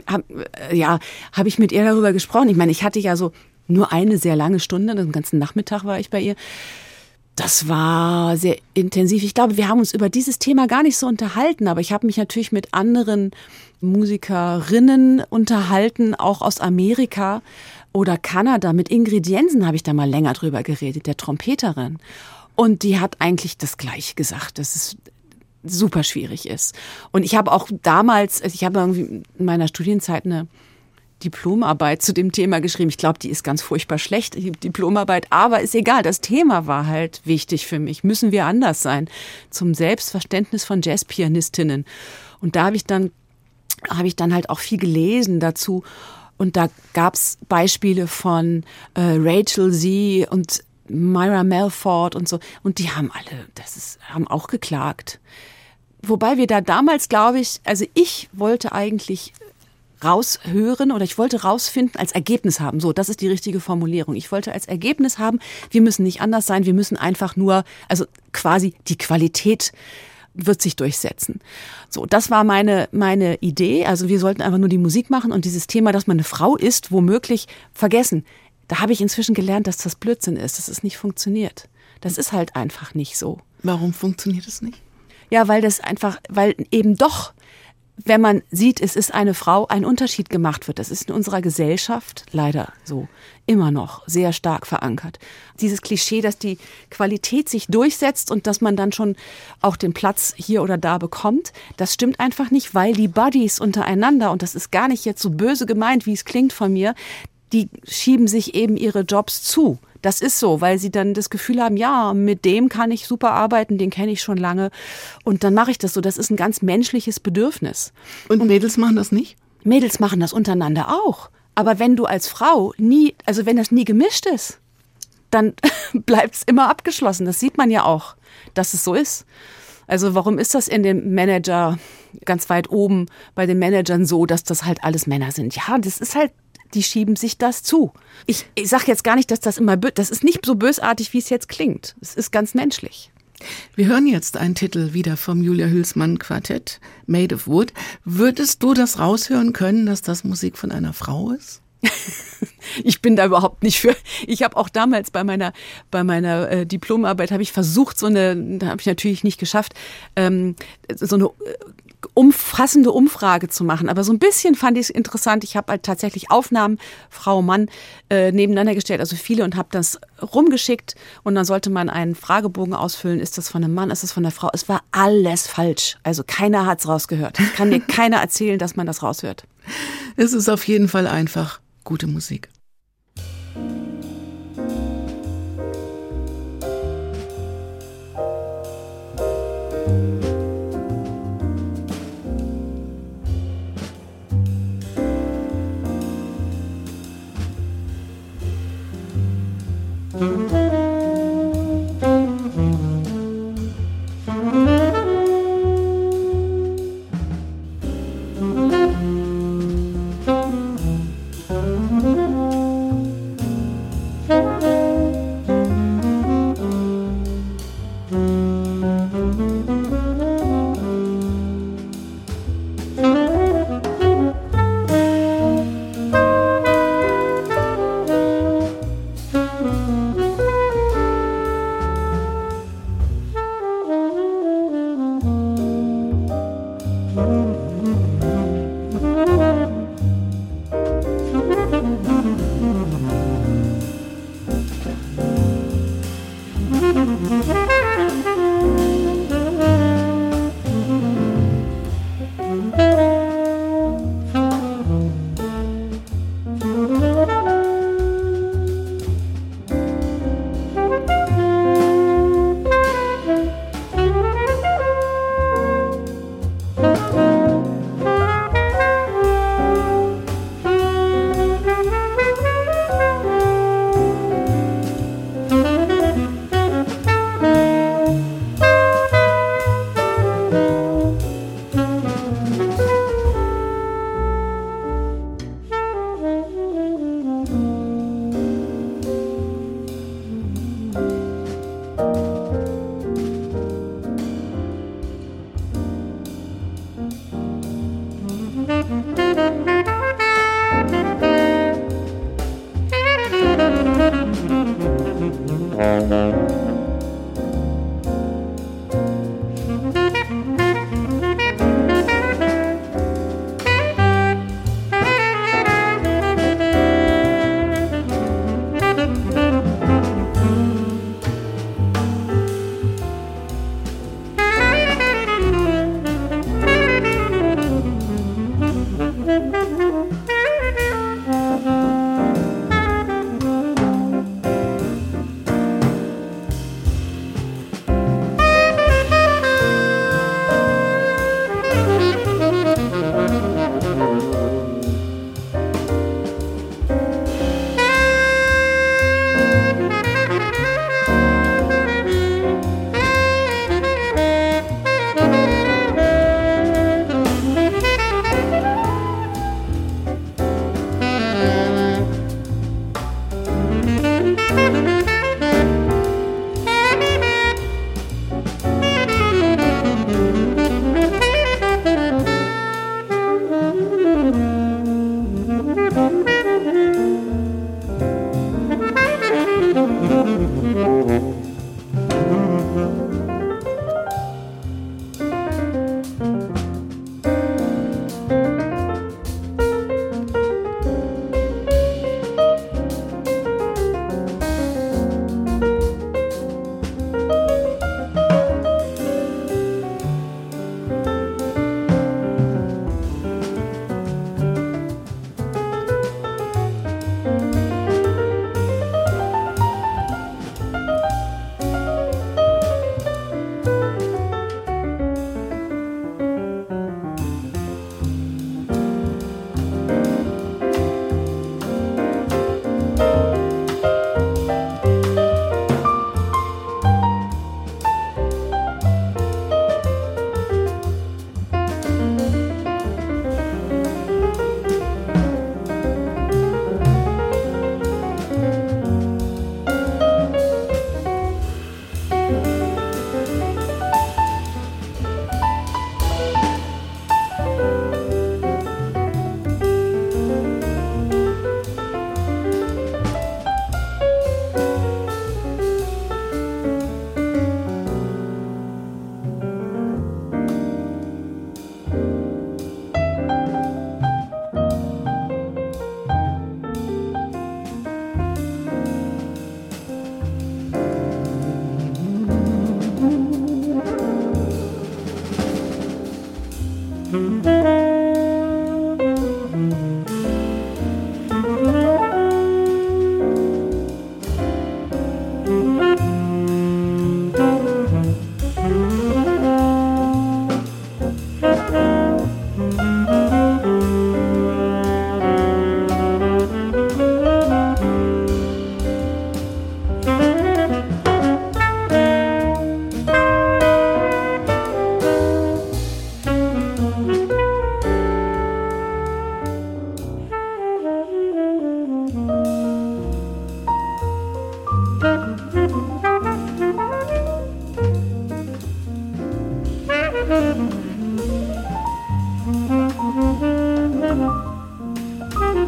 habe ich mit ihr darüber gesprochen. Ich meine, ich hatte ja so nur eine sehr lange Stunde, den ganzen Nachmittag war ich bei ihr. Das war sehr intensiv. Ich glaube, wir haben uns über dieses Thema gar nicht so unterhalten, aber ich habe mich natürlich mit anderen Musikerinnen unterhalten, auch aus Amerika oder Kanada. Mit Ingrid Jensen habe ich da mal länger drüber geredet, der Trompeterin. Und die hat eigentlich das Gleiche gesagt, dass es super schwierig ist. Und ich habe auch damals, ich habe irgendwie in meiner Studienzeit eine Diplomarbeit zu dem Thema geschrieben. Ich glaube, die ist ganz furchtbar schlecht, die Diplomarbeit, aber ist egal. Das Thema war halt wichtig für mich. Müssen wir anders sein? Zum Selbstverständnis von Jazzpianistinnen. Und da habe ich dann halt auch viel gelesen dazu. Und da gab es Beispiele von Rachel Z und Myra Melford und so. Und die haben alle, haben auch geklagt. Wobei wir da damals, glaube ich, also ich wollte eigentlich raushören oder ich wollte rausfinden, als Ergebnis haben. So, das ist die richtige Formulierung. Ich wollte als Ergebnis haben, wir müssen nicht anders sein, wir müssen einfach nur, also quasi die Qualität wird sich durchsetzen. So, das war meine Idee. Also wir sollten einfach nur die Musik machen und dieses Thema, dass man eine Frau ist, womöglich vergessen. Da habe ich inzwischen gelernt, dass das Blödsinn ist, dass es nicht funktioniert. Das ist halt einfach nicht so. Warum funktioniert es nicht? Ja, weil eben doch, wenn man sieht, es ist eine Frau, ein Unterschied gemacht wird. Das ist in unserer Gesellschaft leider so immer noch sehr stark verankert. Dieses Klischee, dass die Qualität sich durchsetzt und dass man dann schon auch den Platz hier oder da bekommt, das stimmt einfach nicht, weil die Buddies untereinander, und das ist gar nicht jetzt so böse gemeint, wie es klingt von mir, die schieben sich eben ihre Jobs zu. Das ist so, weil sie dann das Gefühl haben, ja, mit dem kann ich super arbeiten, den kenne ich schon lange und dann mache ich das so. Das ist ein ganz menschliches Bedürfnis. Und Mädels machen das nicht? Mädels machen das untereinander auch. Aber wenn du als Frau wenn das nie gemischt ist, dann bleibt es immer abgeschlossen. Das sieht man ja auch, dass es so ist. Also warum ist das in dem Manager ganz weit oben bei den Managern so, dass das halt alles Männer sind? Ja, das ist halt, die schieben sich das zu. Ich sage jetzt gar nicht, dass das das ist nicht so bösartig, wie es jetzt klingt. Es ist ganz menschlich. Wir hören jetzt einen Titel wieder vom Julia Hülsmann Quartett, Made of Wood. Würdest du das raushören können, dass das Musik von einer Frau ist? Ich bin da überhaupt nicht für. Ich habe auch damals bei meiner Diplomarbeit habe ich versucht, da habe ich natürlich nicht geschafft, so eine umfassende Umfrage zu machen. Aber so ein bisschen fand ich es interessant. Ich habe halt tatsächlich Aufnahmen, Frau, Mann, nebeneinander gestellt, also viele, und habe das rumgeschickt. Und dann sollte man einen Fragebogen ausfüllen. Ist das von einem Mann, ist das von einer Frau? Es war alles falsch. Also keiner hat es rausgehört. Kann mir keiner erzählen, dass man das raushört. Es ist auf jeden Fall einfach gute Musik.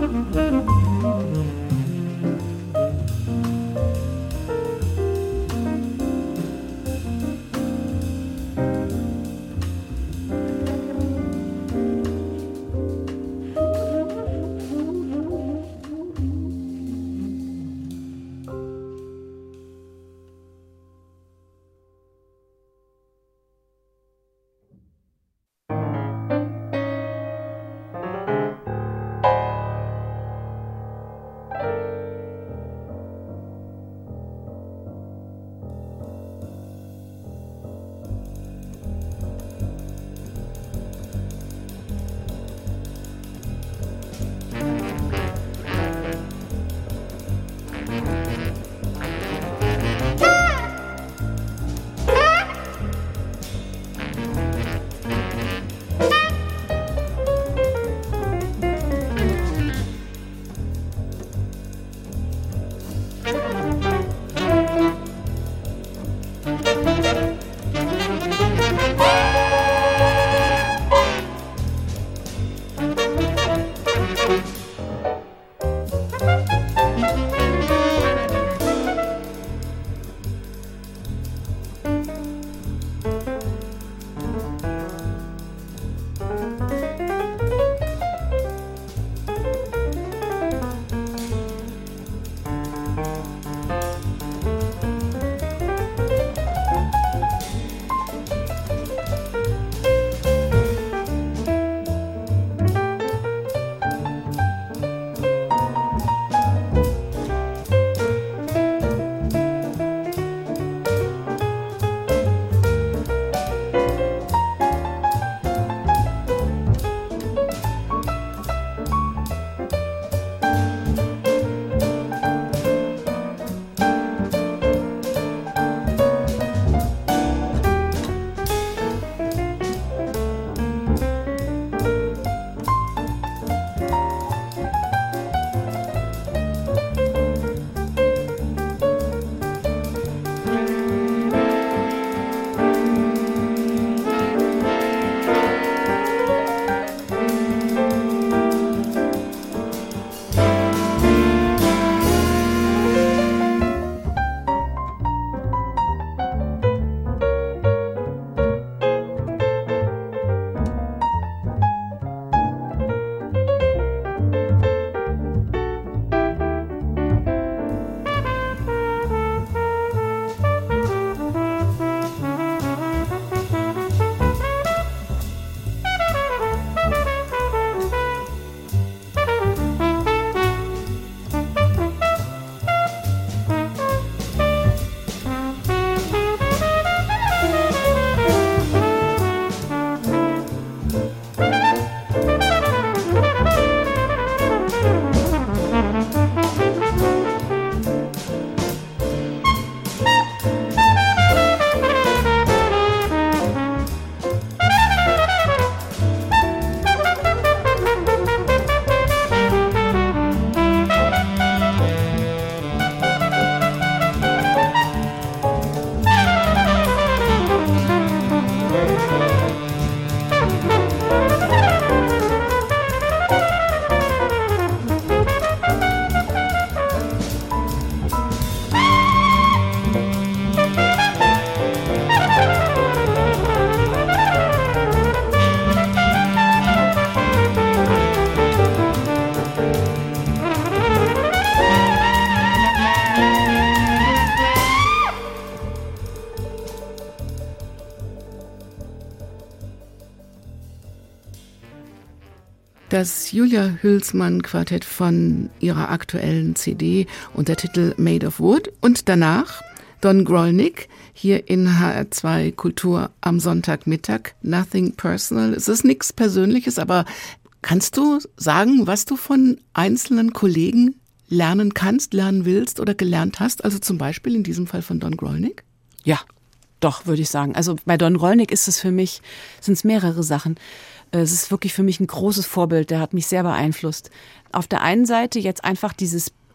Das Julia Hülsmann-Quartett von ihrer aktuellen CD und der Titel Made of Wood. Und danach Don Grolnick hier in HR2 Kultur am Sonntagmittag. Nothing personal. Es ist nichts Persönliches, aber kannst du sagen, was du von einzelnen Kollegen lernen kannst, lernen willst oder gelernt hast? Also zum Beispiel in diesem Fall von Don Grolnick? Ja, doch, würde ich sagen. Also bei Don Grolnick ist es für mich, sind es mehrere Sachen. Es ist wirklich für mich ein großes Vorbild, der hat mich sehr beeinflusst. Auf der einen Seite jetzt einfach dieses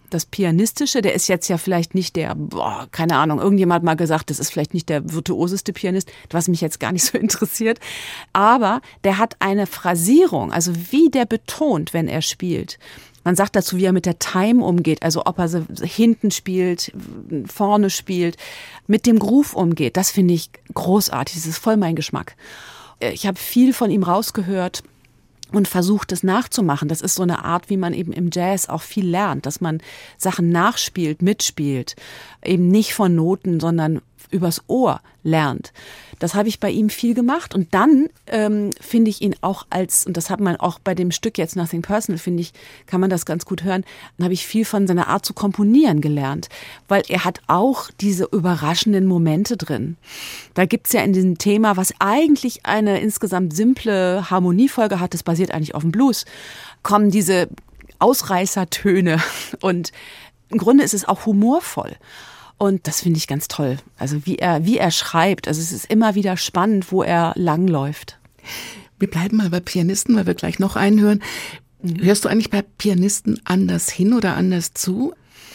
das Pianistische, der ist jetzt ja vielleicht nicht der, keine Ahnung, irgendjemand hat mal gesagt, das ist vielleicht nicht der virtuoseste Pianist, was mich jetzt gar nicht so interessiert. Aber der hat eine Phrasierung, also wie der betont, wenn er spielt. Man sagt dazu, wie er mit der Time umgeht, also ob er so hinten spielt, vorne spielt, mit dem Groove umgeht. Das finde ich großartig, das ist voll mein Geschmack. Ich habe viel von ihm rausgehört und versucht, das nachzumachen. Das ist so eine Art, wie man eben im Jazz auch viel lernt, dass man Sachen nachspielt, mitspielt, eben nicht von Noten, sondern übers Ohr lernt. Das habe ich bei ihm viel gemacht und dann finde ich ihn auch und das hat man auch bei dem Stück jetzt Nothing Personal, finde ich, kann man das ganz gut hören, dann habe ich viel von seiner Art zu komponieren gelernt, weil er hat auch diese überraschenden Momente drin. Da gibt's ja in diesem Thema, was eigentlich eine insgesamt simple Harmoniefolge hat, das basiert eigentlich auf dem Blues, kommen diese Ausreißertöne und im Grunde ist es auch humorvoll. Und das finde ich ganz toll. Also wie er schreibt. Also es ist immer wieder spannend, wo er langläuft. Wir bleiben mal bei Pianisten, weil wir gleich noch einen hören. Hörst du eigentlich bei Pianisten anders hin oder anders zu?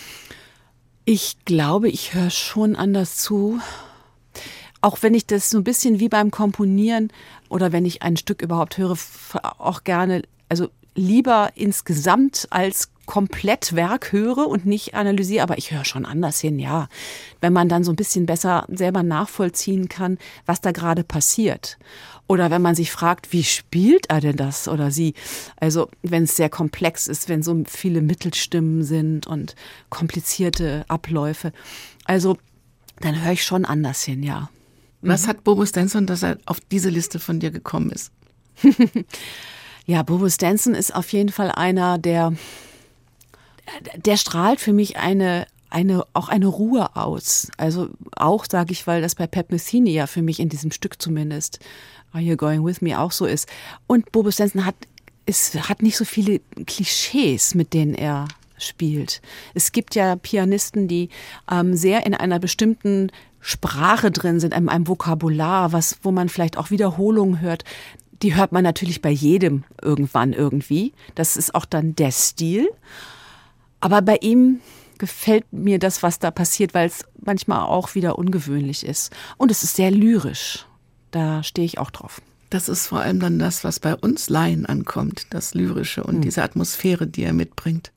Ich glaube, ich höre schon anders zu. Auch wenn ich das so ein bisschen wie beim Komponieren oder wenn ich ein Stück überhaupt höre, auch gerne, also lieber insgesamt als Komplettwerk höre und nicht analysiere, aber ich höre schon anders hin, ja. Wenn man dann so ein bisschen besser selber nachvollziehen kann, was da gerade passiert. Oder wenn man sich fragt, wie spielt er denn das oder sie? Also wenn es sehr komplex ist, wenn so viele Mittelstimmen sind und komplizierte Abläufe. Also dann höre ich schon anders hin, ja. Was hat Bobo Stenson, dass er auf diese Liste von dir gekommen ist? Ja, Bobo Stenson ist auf jeden Fall einer, der strahlt für mich auch eine Ruhe aus. Also auch, sage ich, weil das bei Pat Metheny ja für mich in diesem Stück zumindest Are You Going With Me auch so ist. Und Bobo Stenson hat nicht so viele Klischees, mit denen er spielt. Es gibt ja Pianisten, die sehr in einer bestimmten Sprache drin sind, in einem Vokabular, wo man vielleicht auch Wiederholungen hört. Die hört man natürlich bei jedem irgendwann irgendwie. Das ist auch dann der Stil. Aber bei ihm gefällt mir das, was da passiert, weil es manchmal auch wieder ungewöhnlich ist. Und es ist sehr lyrisch. Da stehe ich auch drauf. Das ist vor allem dann das, was bei uns Laien ankommt, das Lyrische und diese Atmosphäre, die er mitbringt.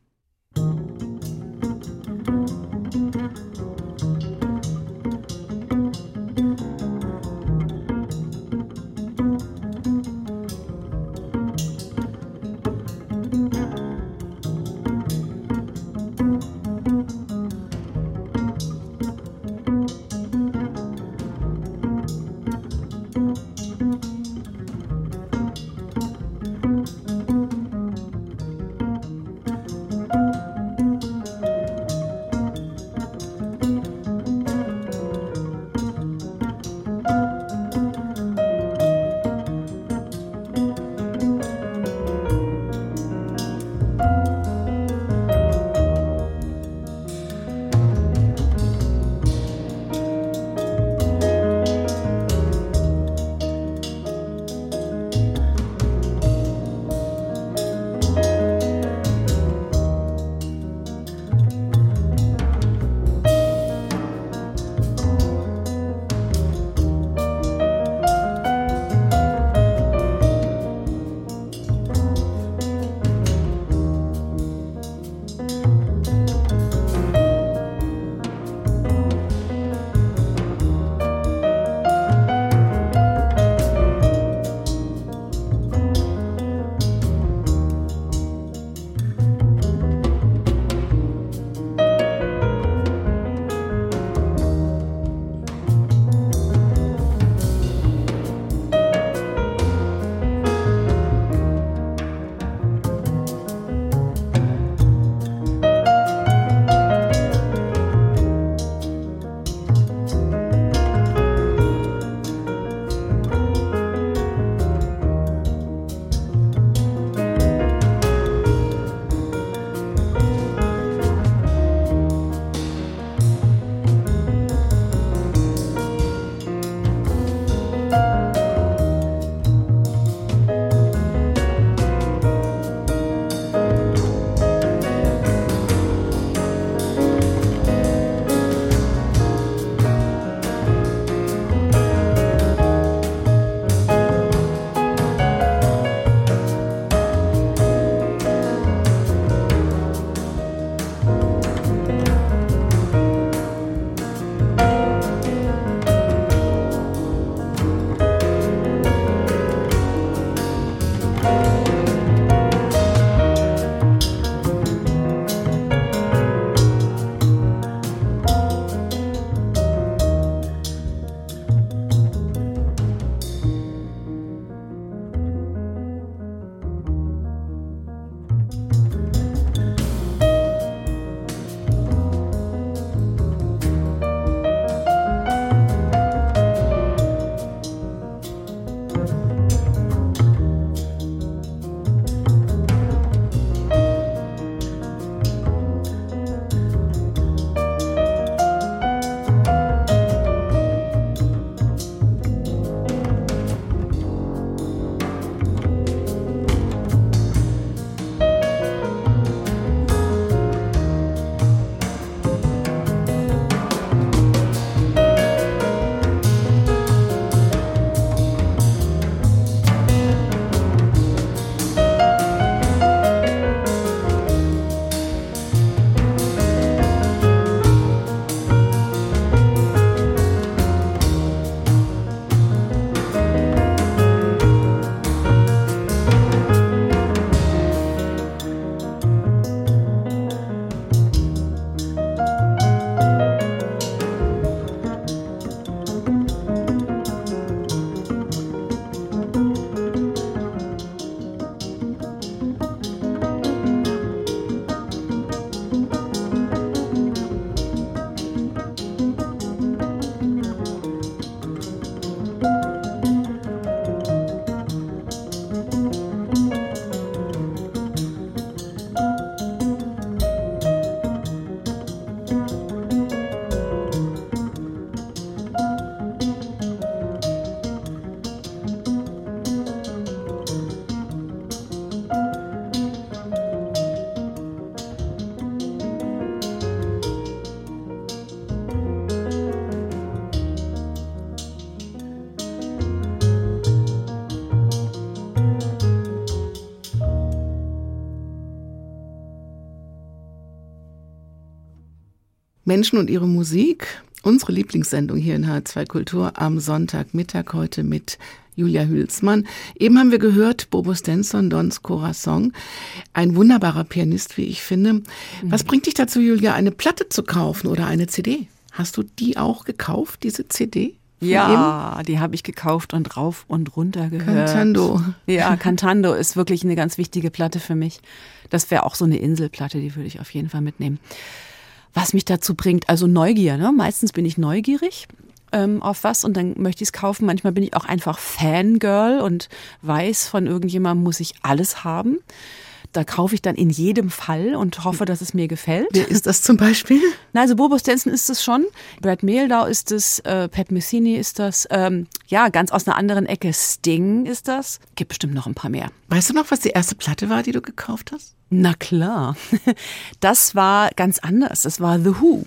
Menschen und ihre Musik, unsere Lieblingssendung hier in H2 Kultur am Sonntagmittag heute mit Julia Hülsmann. Eben haben wir gehört, Bobo Stenson, Don's Corazon, ein wunderbarer Pianist, wie ich finde. Was bringt dich dazu, Julia, eine Platte zu kaufen oder eine CD? Hast du die auch gekauft, diese CD? Ja, die habe ich gekauft und rauf und runter gehört. Cantando. Ja, Cantando ist wirklich eine ganz wichtige Platte für mich. Das wäre auch so eine Inselplatte, die würde ich auf jeden Fall mitnehmen. Was mich dazu bringt, also Neugier, ne? Meistens bin ich neugierig auf was und dann möchte ich es kaufen. Manchmal bin ich auch einfach Fangirl und weiß, von irgendjemandem muss ich alles haben. Da kaufe ich dann in jedem Fall und hoffe, dass es mir gefällt. Wer ist das zum Beispiel? Na, also Bobo Stenson ist es schon, Brad Mehldau ist es, Pat Metheny ist das, ja, ganz aus einer anderen Ecke Sting ist das. Gibt bestimmt noch ein paar mehr. Weißt du noch, was die erste Platte war, die du gekauft hast? Na klar, das war ganz anders. Das war The Who.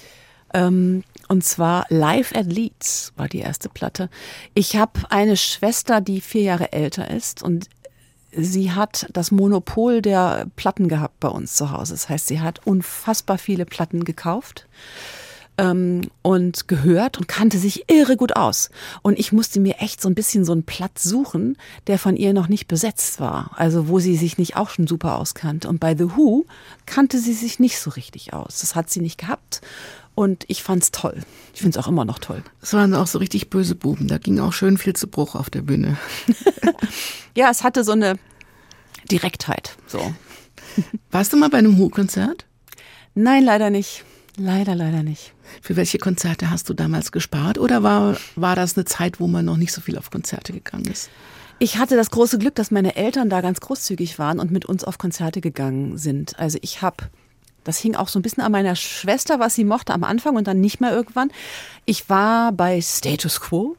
Und zwar Live at Leeds war die erste Platte. Ich habe eine Schwester, die 4 Jahre älter ist und sie hat das Monopol der Platten gehabt bei uns zu Hause. Das heißt, sie hat unfassbar viele Platten gekauft und gehört und kannte sich irre gut aus. Und ich musste mir echt so ein bisschen so einen Platz suchen, der von ihr noch nicht besetzt war. Also wo sie sich nicht auch schon super auskannte. Und bei The Who kannte sie sich nicht so richtig aus. Das hat sie nicht gehabt. Und ich fand's toll. Ich finde es auch immer noch toll. Es waren auch so richtig böse Buben. Da ging auch schön viel zu Bruch auf der Bühne. Ja, es hatte so eine Direktheit. So. Warst du mal bei einem Who-Konzert? Nein, leider nicht. Leider nicht. Für welche Konzerte hast du damals gespart? Oder war das eine Zeit, wo man noch nicht so viel auf Konzerte gegangen ist? Ich hatte das große Glück, dass meine Eltern da ganz großzügig waren und mit uns auf Konzerte gegangen sind. Also das hing auch so ein bisschen an meiner Schwester, was sie mochte am Anfang und dann nicht mehr irgendwann. Ich war bei Status Quo,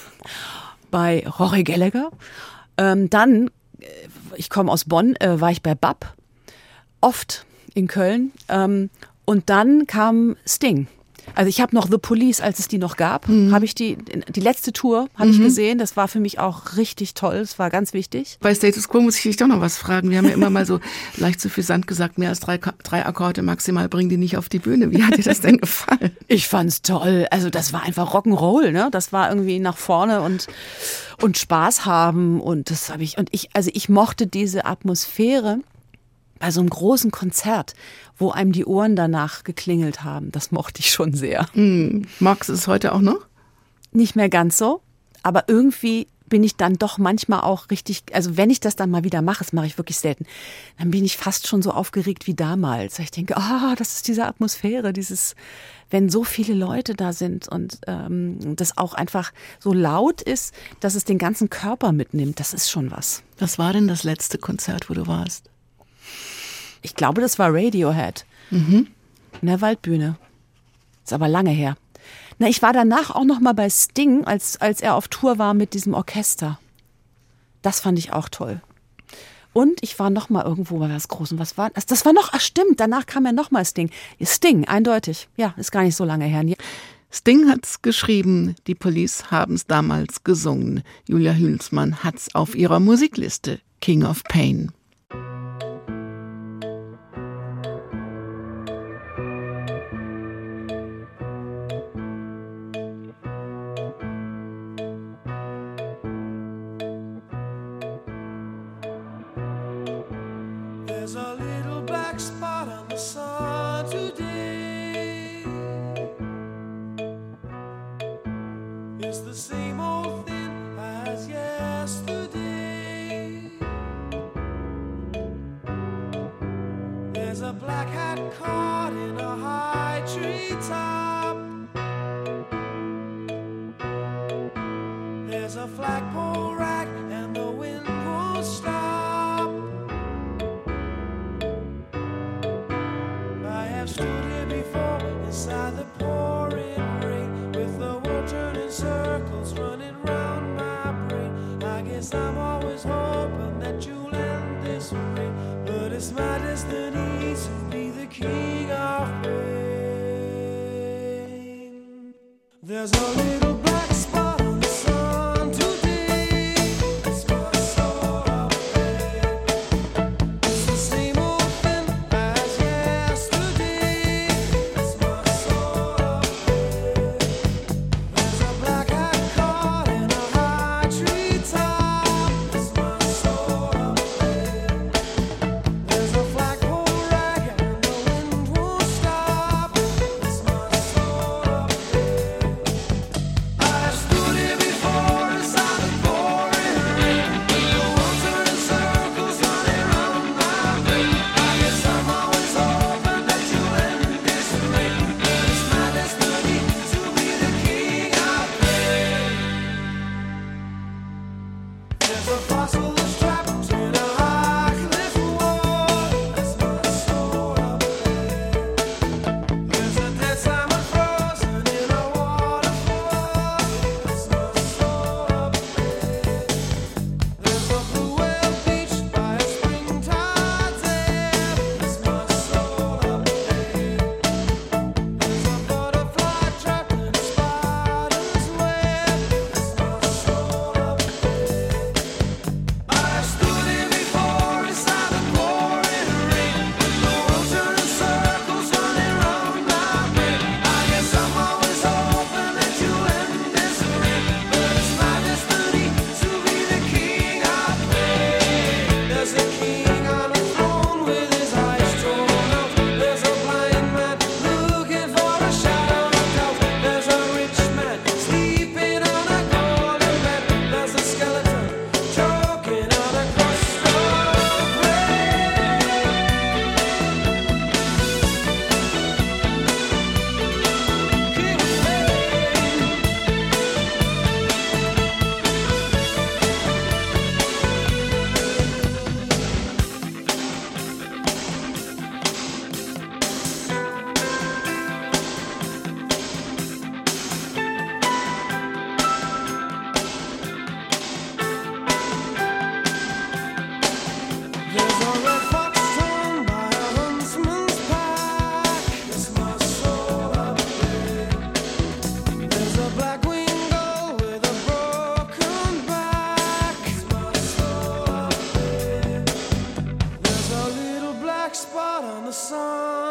bei Rory Gallagher. Dann, ich komme aus Bonn, war ich bei BAP, oft in Köln. Und dann kam Sting. Also ich habe noch The Police, als es die noch gab, habe ich die letzte Tour habe ich gesehen. Das war für mich auch richtig toll. Das war ganz wichtig. Bei Status Quo muss ich dich doch noch was fragen. Wir haben ja immer mal so leicht zu viel Sand gesagt, mehr als drei Akkorde maximal bringen die nicht auf die Bühne. Wie hat dir das denn gefallen? Ich fand's toll. Also das war einfach Rock'n'Roll, ne? Das war irgendwie nach vorne und Spaß haben und das habe ich. Und ich mochte diese Atmosphäre bei so einem großen Konzert, wo einem die Ohren danach geklingelt haben. Das mochte ich schon sehr. Magst du es heute auch noch? Nicht mehr ganz so, aber irgendwie bin ich dann doch manchmal auch richtig, also wenn ich das dann mal wieder mache, das mache ich wirklich selten, dann bin ich fast schon so aufgeregt wie damals. Ich denke, das ist diese Atmosphäre, wenn so viele Leute da sind und das auch einfach so laut ist, dass es den ganzen Körper mitnimmt, das ist schon was. Was war denn das letzte Konzert, wo du warst? Ich glaube, das war Radiohead in der Waldbühne. Ist aber lange her. Na, ich war danach auch noch mal bei Sting, als er auf Tour war mit diesem Orchester. Das fand ich auch toll. Und ich war noch mal irgendwo bei was Großem. Was war das? Das war noch, stimmt, danach kam ja noch mal Sting. Sting, eindeutig. Ja, ist gar nicht so lange her. Sting hat's geschrieben, die Police haben's damals gesungen. Julia Hülsmann hat's auf ihrer Musikliste. King of Pain. There's a little black spot on the sun today. It's the same old thing as yesterday. There's a black hat caught in a high tree top. There's a flagpole rack and the wind won't stop. Stood here before inside the pouring rain, with the world turning circles running round my brain. I guess I'm always hoping that you'll end this way, but it's my destiny to be the king of pain. There's a little black spot on the sun today. It's my soul of pain. It's the same old thing as yesterday. It's my soul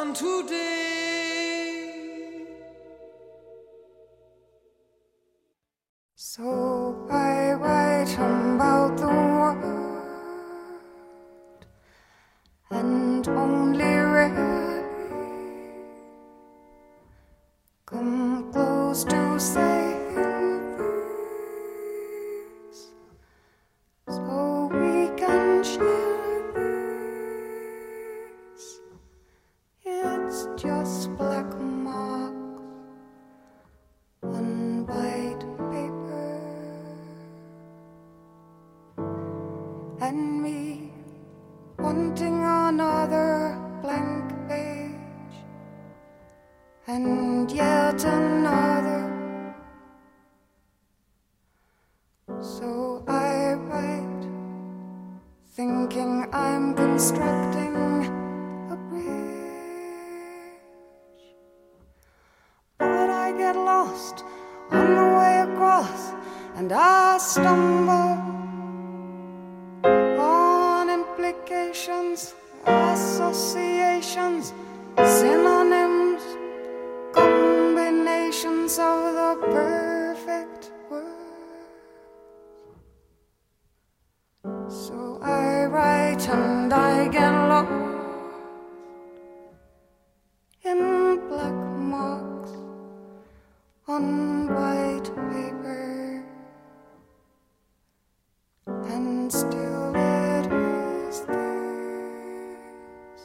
sun today. So I write about the world and only rarely come close to saying this, so we can share this. It's just black marks on white paper, and me wanting another blank page, and yet another. So I write, thinking I'm constructing a bridge, but I get lost on the way across, and I stumble on implications, associations, synonyms, combinations of the perfect word. So I write and I get lost in black marks on white paper, and still it is this.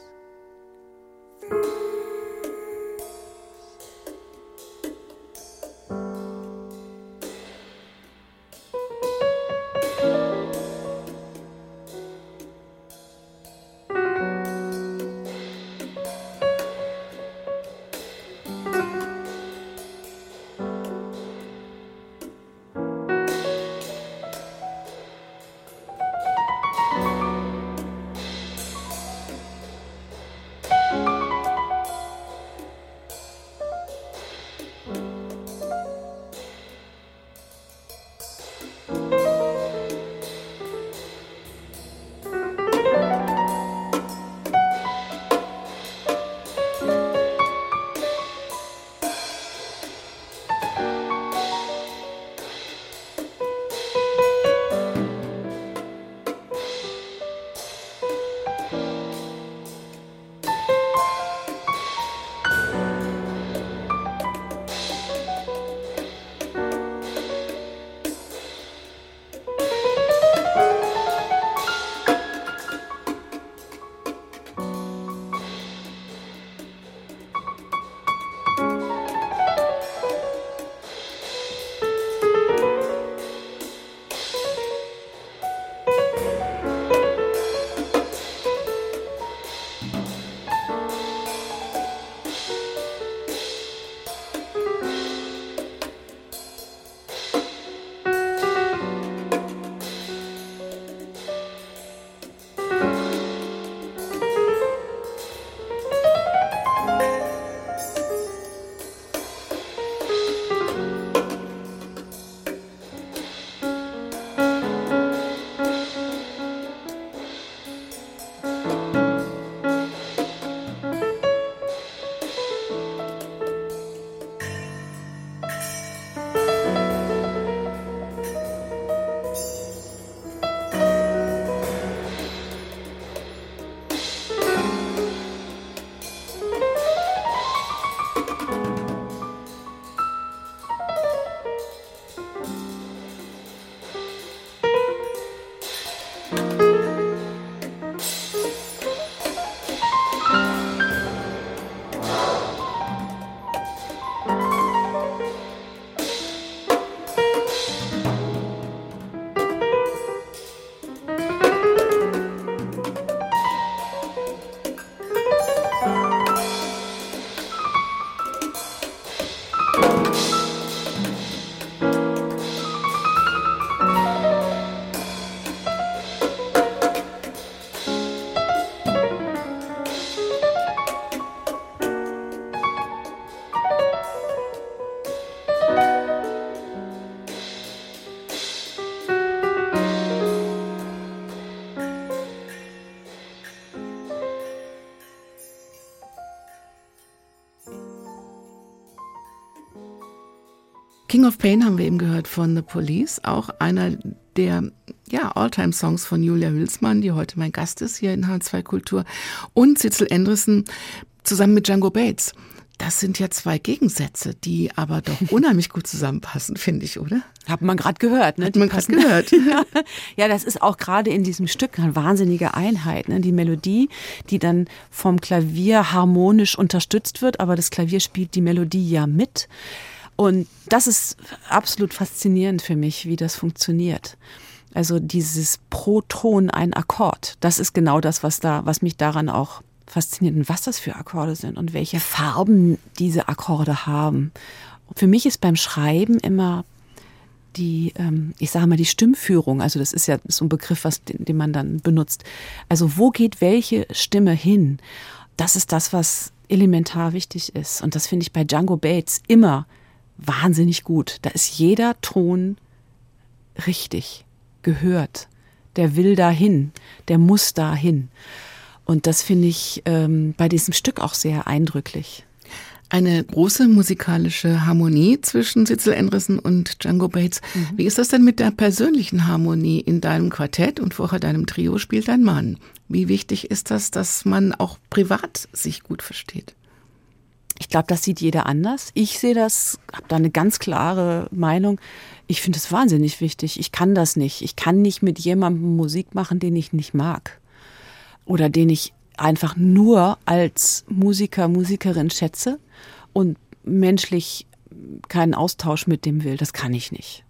King of Pain haben wir eben gehört von The Police, auch einer der All-Time-Songs von Julia Hülsmann, die heute mein Gast ist hier in H2 Kultur, und Cecil Andresen zusammen mit Django Bates. Das sind ja zwei Gegensätze, die aber doch unheimlich gut zusammenpassen, finde ich, oder? Hat man gerade gehört, ne? Hat man gerade gehört. Ja, das ist auch gerade in diesem Stück eine wahnsinnige Einheit, ne? Die Melodie, die dann vom Klavier harmonisch unterstützt wird, aber das Klavier spielt die Melodie ja mit. Und das ist absolut faszinierend für mich, wie das funktioniert. Also dieses pro Ton ein Akkord, das ist genau das, was mich daran auch fasziniert, und was das für Akkorde sind und welche Farben diese Akkorde haben. Für mich ist beim Schreiben immer die Stimmführung, also das ist ja so ein Begriff, den man dann benutzt. Also wo geht welche Stimme hin? Das ist das, was elementar wichtig ist. Und das finde ich bei Django Bates immer wahnsinnig gut. Da ist jeder Ton richtig, gehört. Der will dahin, der muss dahin. Und das finde ich bei diesem Stück auch sehr eindrücklich. Eine große musikalische Harmonie zwischen Cecil Andresen und Django Bates. Wie ist das denn mit der persönlichen Harmonie in deinem Quartett und vorher deinem Trio spielt dein Mann? Wie wichtig ist das, dass man auch privat sich gut versteht? Ich glaube, das sieht jeder anders. Ich sehe das, habe da eine ganz klare Meinung. Ich finde es wahnsinnig wichtig. Ich kann das nicht. Ich kann nicht mit jemandem Musik machen, den ich nicht mag. Oder den ich einfach nur als Musiker, Musikerin schätze und menschlich keinen Austausch mit dem will. Das kann ich nicht.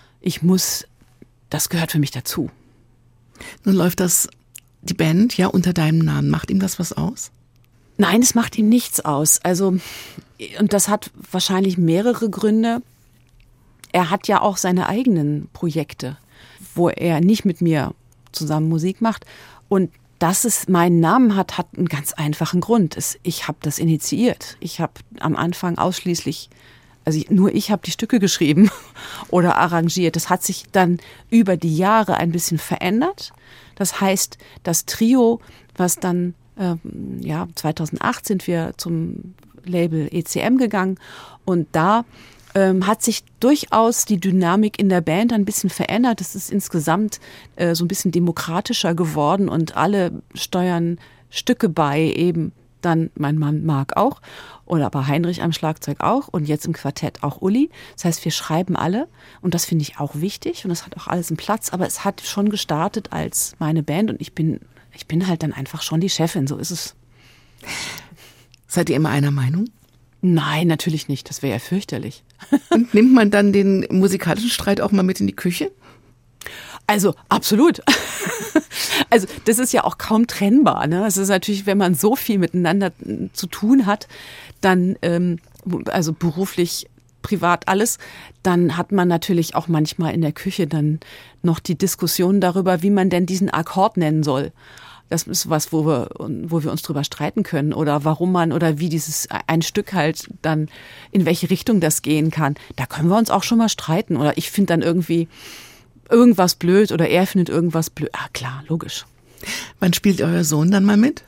Das gehört für mich dazu. Nun läuft die Band ja unter deinem Namen. Macht ihm das was aus? Nein, es macht ihm nichts aus. Also, und das hat wahrscheinlich mehrere Gründe. Er hat ja auch seine eigenen Projekte, wo er nicht mit mir zusammen Musik macht. Und dass es meinen Namen hat einen ganz einfachen Grund. Ich habe das initiiert. Ich habe am Anfang ausschließlich, nur ich habe die Stücke geschrieben oder arrangiert. Das hat sich dann über die Jahre ein bisschen verändert. Das heißt, das Trio, was dann 2008 sind wir zum Label ECM gegangen und da hat sich durchaus die Dynamik in der Band ein bisschen verändert. Es ist insgesamt so ein bisschen demokratischer geworden und alle steuern Stücke bei, eben dann mein Mann Marc auch oder aber Heinrich am Schlagzeug auch und jetzt im Quartett auch Uli. Das heißt, wir schreiben alle und das finde ich auch wichtig und das hat auch alles einen Platz, aber es hat schon gestartet als meine Band und ich bin halt dann einfach schon die Chefin, so ist es. Seid ihr immer einer Meinung? Nein, natürlich nicht, das wäre ja fürchterlich. Und nimmt man dann den musikalischen Streit auch mal mit in die Küche? Also, absolut. Also, das ist ja auch kaum trennbar, ne? Es ist natürlich, wenn man so viel miteinander zu tun hat, dann, also beruflich, privat alles, dann hat man natürlich auch manchmal in der Küche dann noch die Diskussion darüber, wie man denn diesen Akkord nennen soll. Das ist was, wo wir uns drüber streiten können oder warum man oder wie dieses ein Stück halt dann, in welche Richtung das gehen kann. Da können wir uns auch schon mal streiten oder ich finde dann irgendwie irgendwas blöd oder er findet irgendwas blöd. Ah, klar, logisch. Wann spielt euer Sohn dann mal mit?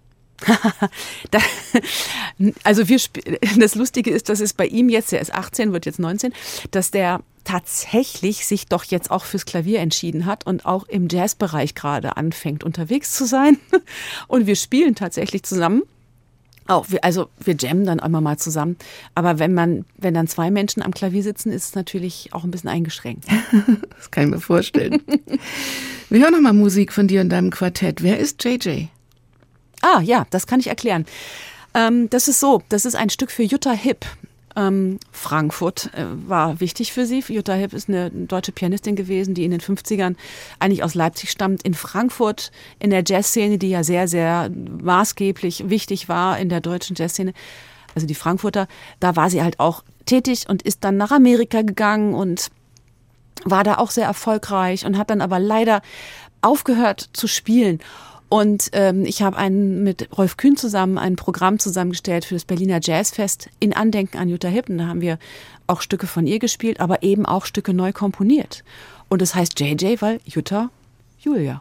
Also das Lustige ist, dass es bei ihm jetzt, der ist 18, wird jetzt 19, dass der tatsächlich sich doch jetzt auch fürs Klavier entschieden hat und auch im Jazzbereich gerade anfängt unterwegs zu sein. Und wir spielen tatsächlich zusammen. Wir jammen dann einmal mal zusammen. Aber wenn dann zwei Menschen am Klavier sitzen, ist es natürlich auch ein bisschen eingeschränkt. Das kann ich mir vorstellen. Wir hören noch mal Musik von dir und deinem Quartett. Wer ist JJ? Ah ja, das kann ich erklären. Das ist ein Stück für Jutta Hipp. Frankfurt war wichtig für sie. Jutta Hipp ist eine deutsche Pianistin gewesen, die in den 50ern eigentlich aus Leipzig stammt. In Frankfurt in der Jazzszene, die ja sehr, sehr maßgeblich wichtig war in der deutschen Jazzszene, also die Frankfurter, da war sie halt auch tätig und ist dann nach Amerika gegangen und war da auch sehr erfolgreich und hat dann aber leider aufgehört zu spielen. Und ich habe mit Rolf Kühn zusammen ein Programm zusammengestellt für das Berliner Jazzfest in Andenken an Jutta Hipp. Und da haben wir auch Stücke von ihr gespielt, aber eben auch Stücke neu komponiert. Und das heißt JJ, weil Jutta, Julia.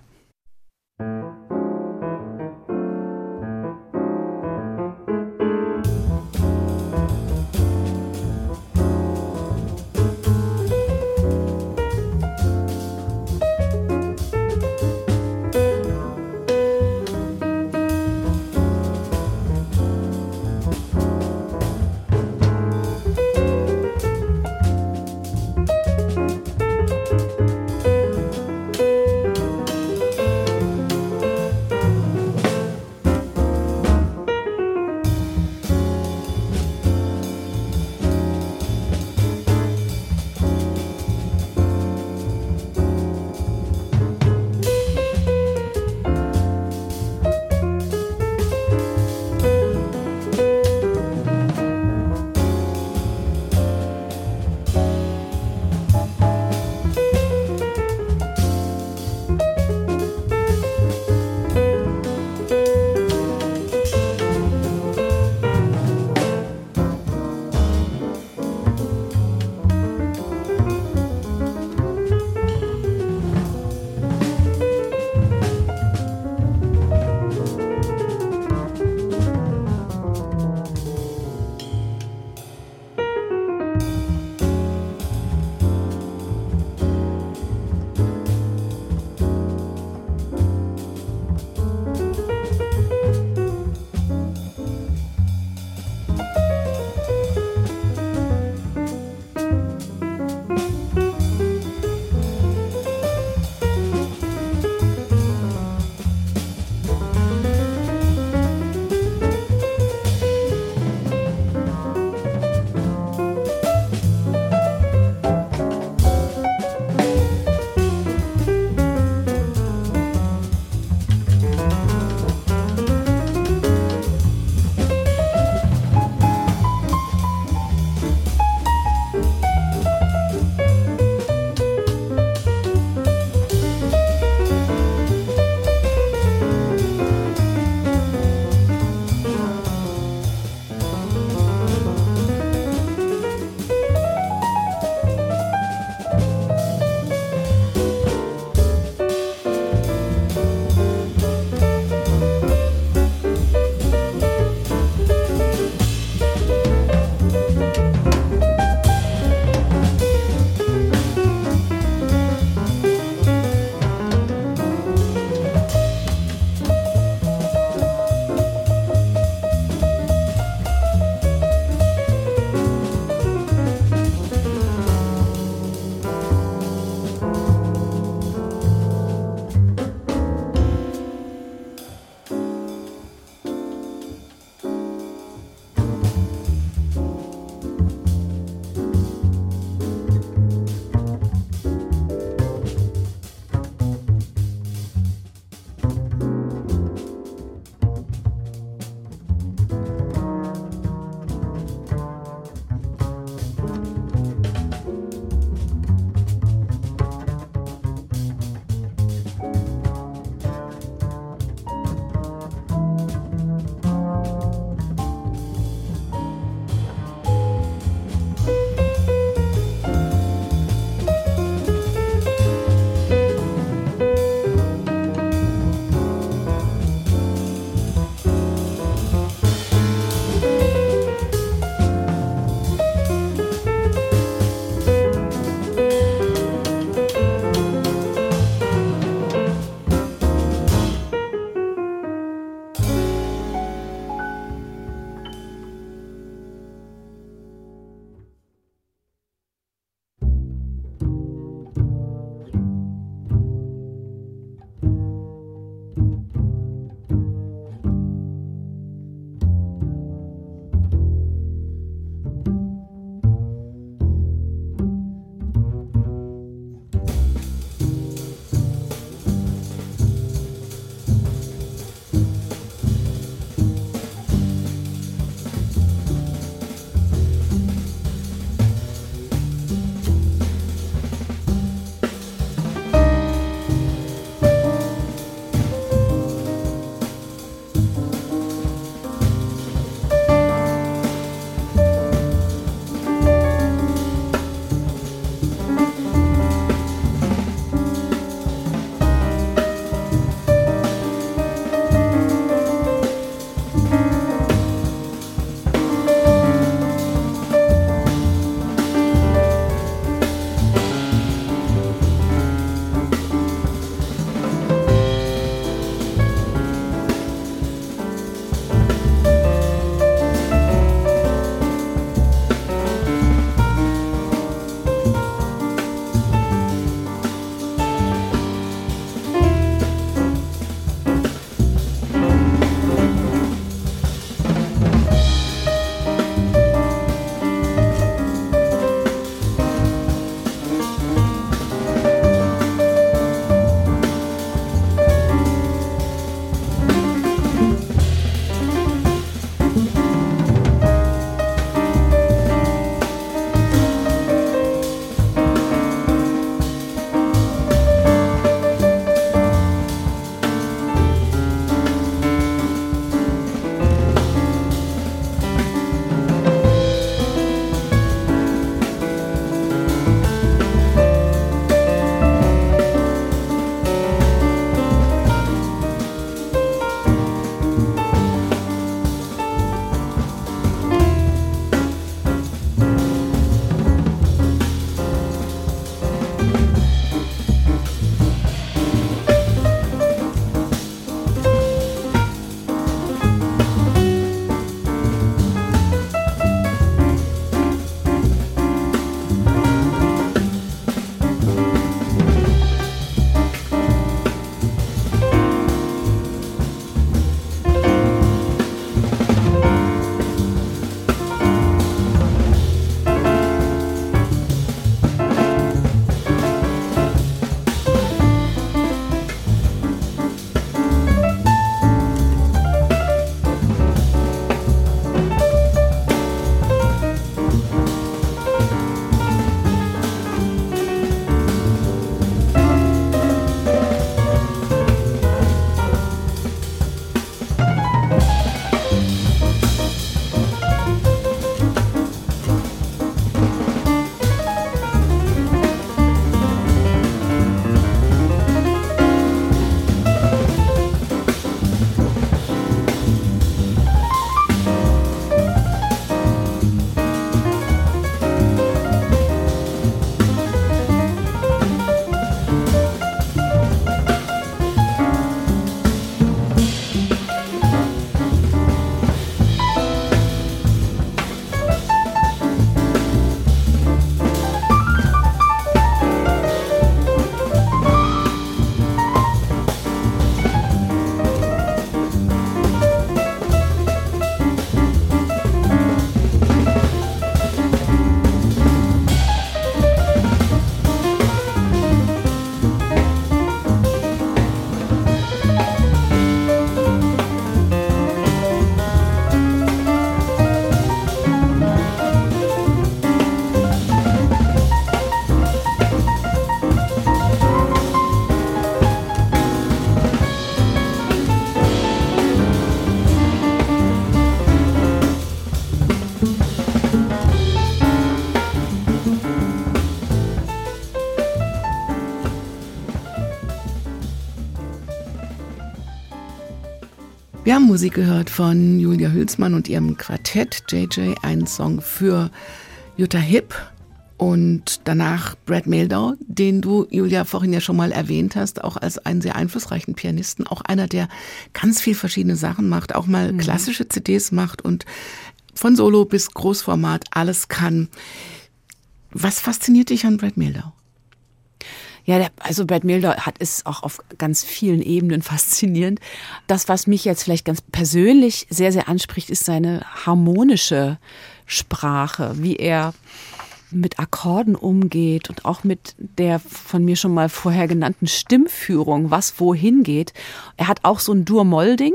Wir haben Musik gehört von Julia Hülsmann und ihrem Quartett JJ, ein Song für Jutta Hipp und danach Brad Mehldau, den du, Julia, vorhin ja schon mal erwähnt hast, auch als einen sehr einflussreichen Pianisten, auch einer, der ganz viel verschiedene Sachen macht, auch mal klassische CDs macht und von Solo bis Großformat alles kann. Was fasziniert dich an Brad Mehldau? Ja, also Brad Mehldau ist auch auf ganz vielen Ebenen faszinierend. Das, was mich jetzt vielleicht ganz persönlich sehr, sehr anspricht, ist seine harmonische Sprache, wie er mit Akkorden umgeht und auch mit der von mir schon mal vorher genannten Stimmführung, was wohin geht. Er hat auch so ein Dur-Moll-Ding,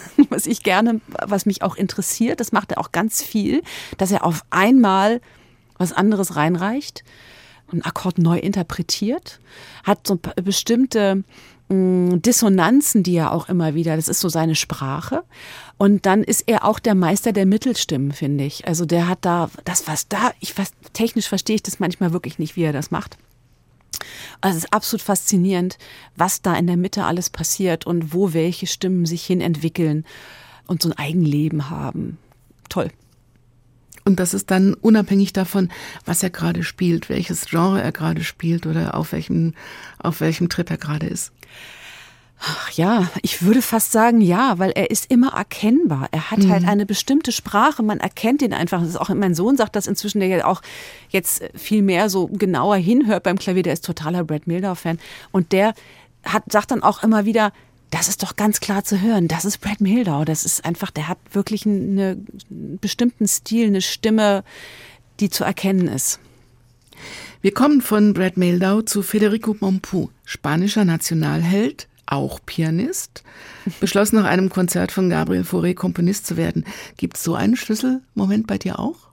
was mich auch interessiert. Das macht er auch ganz viel, dass er auf einmal was anderes reinreicht, einen Akkord neu interpretiert, hat so bestimmte Dissonanzen, die er auch immer wieder, das ist so seine Sprache. Und dann ist er auch der Meister der Mittelstimmen, finde ich. Also der hat da, technisch verstehe ich das manchmal wirklich nicht, wie er das macht. Also es ist absolut faszinierend, was da in der Mitte alles passiert und wo welche Stimmen sich hin entwickeln und so ein Eigenleben haben. Toll. Und das ist dann unabhängig davon, was er gerade spielt, welches Genre er gerade spielt oder auf welchem Trip er gerade ist. Ach ja, ich würde fast sagen ja, weil er ist immer erkennbar. Er hat halt eine bestimmte Sprache, man erkennt ihn einfach. Das ist auch, mein Sohn sagt das inzwischen, der ja auch jetzt viel mehr so genauer hinhört beim Klavier, der ist totaler Brad Mehldau-Fan. Und der sagt dann auch immer wieder, das ist doch ganz klar zu hören, das ist Brad Mehldau. Das ist einfach, der hat wirklich einen bestimmten Stil, eine Stimme, die zu erkennen ist. Wir kommen von Brad Mehldau zu Federico Mompou, spanischer Nationalheld, auch Pianist, beschlossen nach einem Konzert von Gabriel Fauré Komponist zu werden. Gibt es so einen Schlüsselmoment bei dir auch?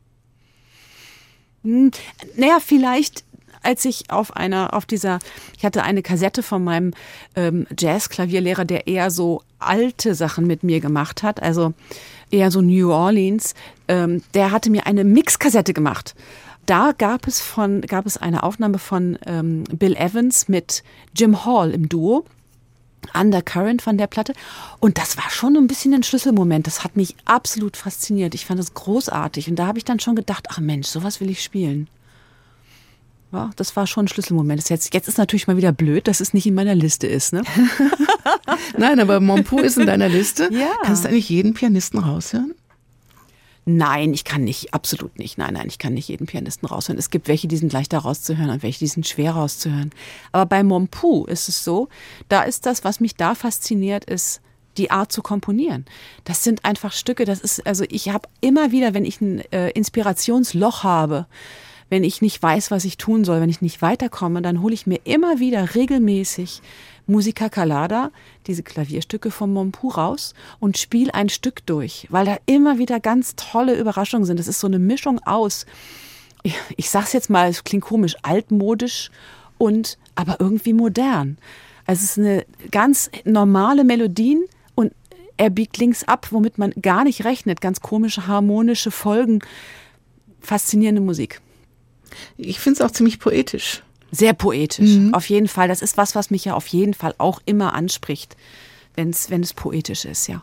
Naja, vielleicht als ich ich hatte eine Kassette von meinem Jazz-Klavierlehrer, der eher so alte Sachen mit mir gemacht hat, also eher so New Orleans, der hatte mir eine Mixkassette gemacht. Da gab es eine Aufnahme von Bill Evans mit Jim Hall im Duo, Undercurrent von der Platte. Und das war schon ein bisschen ein Schlüsselmoment. Das hat mich absolut fasziniert. Ich fand es großartig. Und da habe ich dann schon gedacht, ach Mensch, sowas will ich spielen. Ja, das war schon ein Schlüsselmoment. Jetzt ist natürlich mal wieder blöd, dass es nicht in meiner Liste ist, ne? Nein, aber Mompou ist in deiner Liste. Ja. Kannst du eigentlich jeden Pianisten raushören? Nein, ich kann nicht, absolut nicht. Nein, ich kann nicht jeden Pianisten raushören. Es gibt welche, die sind leichter rauszuhören und welche, die sind schwer rauszuhören. Aber bei Mompou ist es so, da ist das, was mich da fasziniert, ist die Art zu komponieren. Das sind einfach Stücke, ich habe immer wieder, wenn ich ein Inspirationsloch habe, wenn ich nicht weiß, was ich tun soll, wenn ich nicht weiterkomme, dann hole ich mir immer wieder regelmäßig Musica Calada, diese Klavierstücke von Mompou raus und spiele ein Stück durch, weil da immer wieder ganz tolle Überraschungen sind. Das ist so eine Mischung aus, ich sag's jetzt mal, es klingt komisch, altmodisch aber irgendwie modern. Also es ist eine ganz normale Melodien und er biegt links ab, womit man gar nicht rechnet. Ganz komische, harmonische Folgen. Faszinierende Musik. Ich finde es auch ziemlich poetisch. Sehr poetisch, auf jeden Fall. Das ist was mich ja auf jeden Fall auch immer anspricht, wenn es poetisch ist, ja.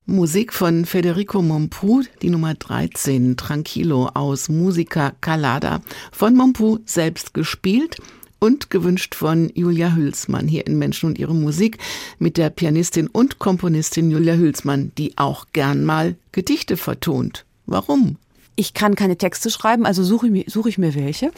Musik von Federico Mompou, die Nummer 13, Tranquillo aus Musica Calada, von Mompou selbst gespielt und gewünscht von Julia Hülsmann hier in Menschen und ihre Musik mit der Pianistin und Komponistin Julia Hülsmann, die auch gern mal Gedichte vertont. Warum? Ich kann keine Texte schreiben, also suche ich mir welche.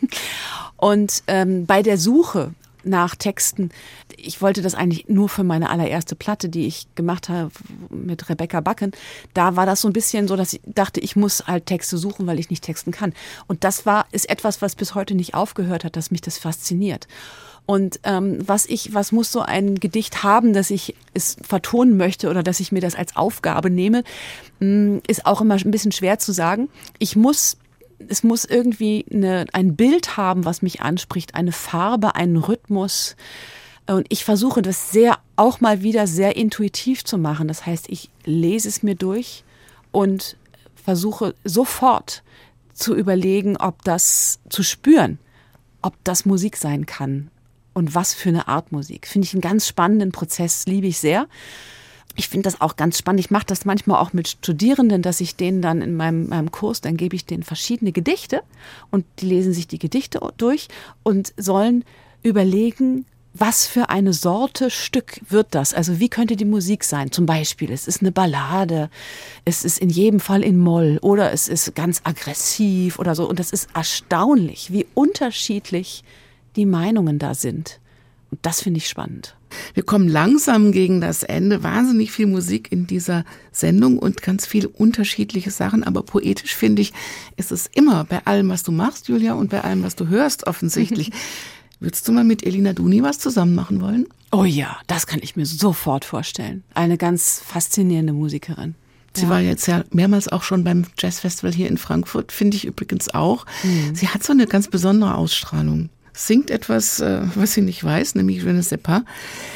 Und bei der Suche nach Texten, ich wollte das eigentlich nur für meine allererste Platte, die ich gemacht habe mit Rebecca Bakken, da war das so ein bisschen so, dass ich dachte, ich muss halt Texte suchen, weil ich nicht texten kann. Und das ist etwas, was bis heute nicht aufgehört hat, dass mich das fasziniert. Und was muss so ein Gedicht haben, dass ich es vertonen möchte oder dass ich mir das als Aufgabe nehme, ist auch immer ein bisschen schwer zu sagen. Es muss irgendwie ein Bild haben, was mich anspricht, eine Farbe, einen Rhythmus. Und ich versuche das auch mal wieder sehr intuitiv zu machen. Das heißt, ich lese es mir durch und versuche sofort zu überlegen, zu spüren, ob das Musik sein kann. Und was für eine Art Musik. Finde ich einen ganz spannenden Prozess, liebe ich sehr. Ich finde das auch ganz spannend. Ich mache das manchmal auch mit Studierenden, dass ich denen dann in meinem Kurs, dann gebe ich denen verschiedene Gedichte und die lesen sich die Gedichte durch und sollen überlegen, was für eine Sorte Stück wird das? Also wie könnte die Musik sein? Zum Beispiel, es ist eine Ballade, es ist in jedem Fall in Moll oder es ist ganz aggressiv oder so. Und das ist erstaunlich, wie unterschiedlich die Meinungen da sind. Und das finde ich spannend. Wir kommen langsam gegen das Ende. Wahnsinnig viel Musik in dieser Sendung und ganz viele unterschiedliche Sachen. Aber poetisch, finde ich, ist es immer bei allem, was du machst, Julia, und bei allem, was du hörst, offensichtlich. Würdest du mal mit Elina Duni was zusammen machen wollen? Oh ja, das kann ich mir sofort vorstellen. Eine ganz faszinierende Musikerin. Sie war jetzt ja mehrmals auch schon beim Jazzfestival hier in Frankfurt, finde ich übrigens auch. Sie hat so eine ganz besondere Ausstrahlung. Singt etwas, was sie nicht weiß, nämlich Je ne sais pas.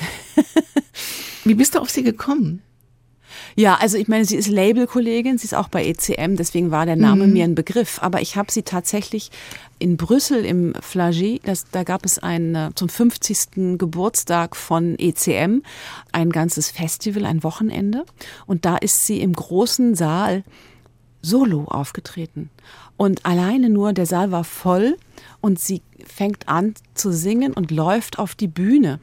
Wie bist du auf sie gekommen? Ja, also ich meine, sie ist Labelkollegin, sie ist auch bei ECM, deswegen war der Name mir ein Begriff. Aber ich habe sie tatsächlich in Brüssel im Flagey, da gab es zum 50. Geburtstag von ECM, ein ganzes Festival, ein Wochenende. Und da ist sie im großen Saal solo aufgetreten. Und alleine nur, der Saal war voll und sie fängt an zu singen und läuft auf die Bühne.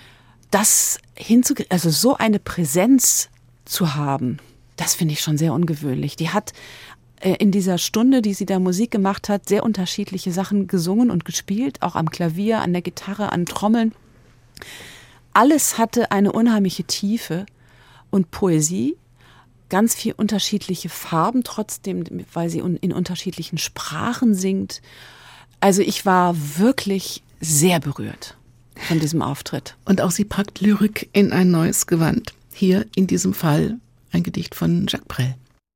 Also so eine Präsenz zu haben, das finde ich schon sehr ungewöhnlich. Die hat in dieser Stunde, die sie da Musik gemacht hat, sehr unterschiedliche Sachen gesungen und gespielt, auch am Klavier, an der Gitarre, an Trommeln. Alles hatte eine unheimliche Tiefe und Poesie. Ganz viel unterschiedliche Farben trotzdem, weil sie in unterschiedlichen Sprachen singt. Also ich war wirklich sehr berührt von diesem Auftritt. Und auch sie packt Lyrik in ein neues Gewand. Hier in diesem Fall ein Gedicht von Jacques Brel.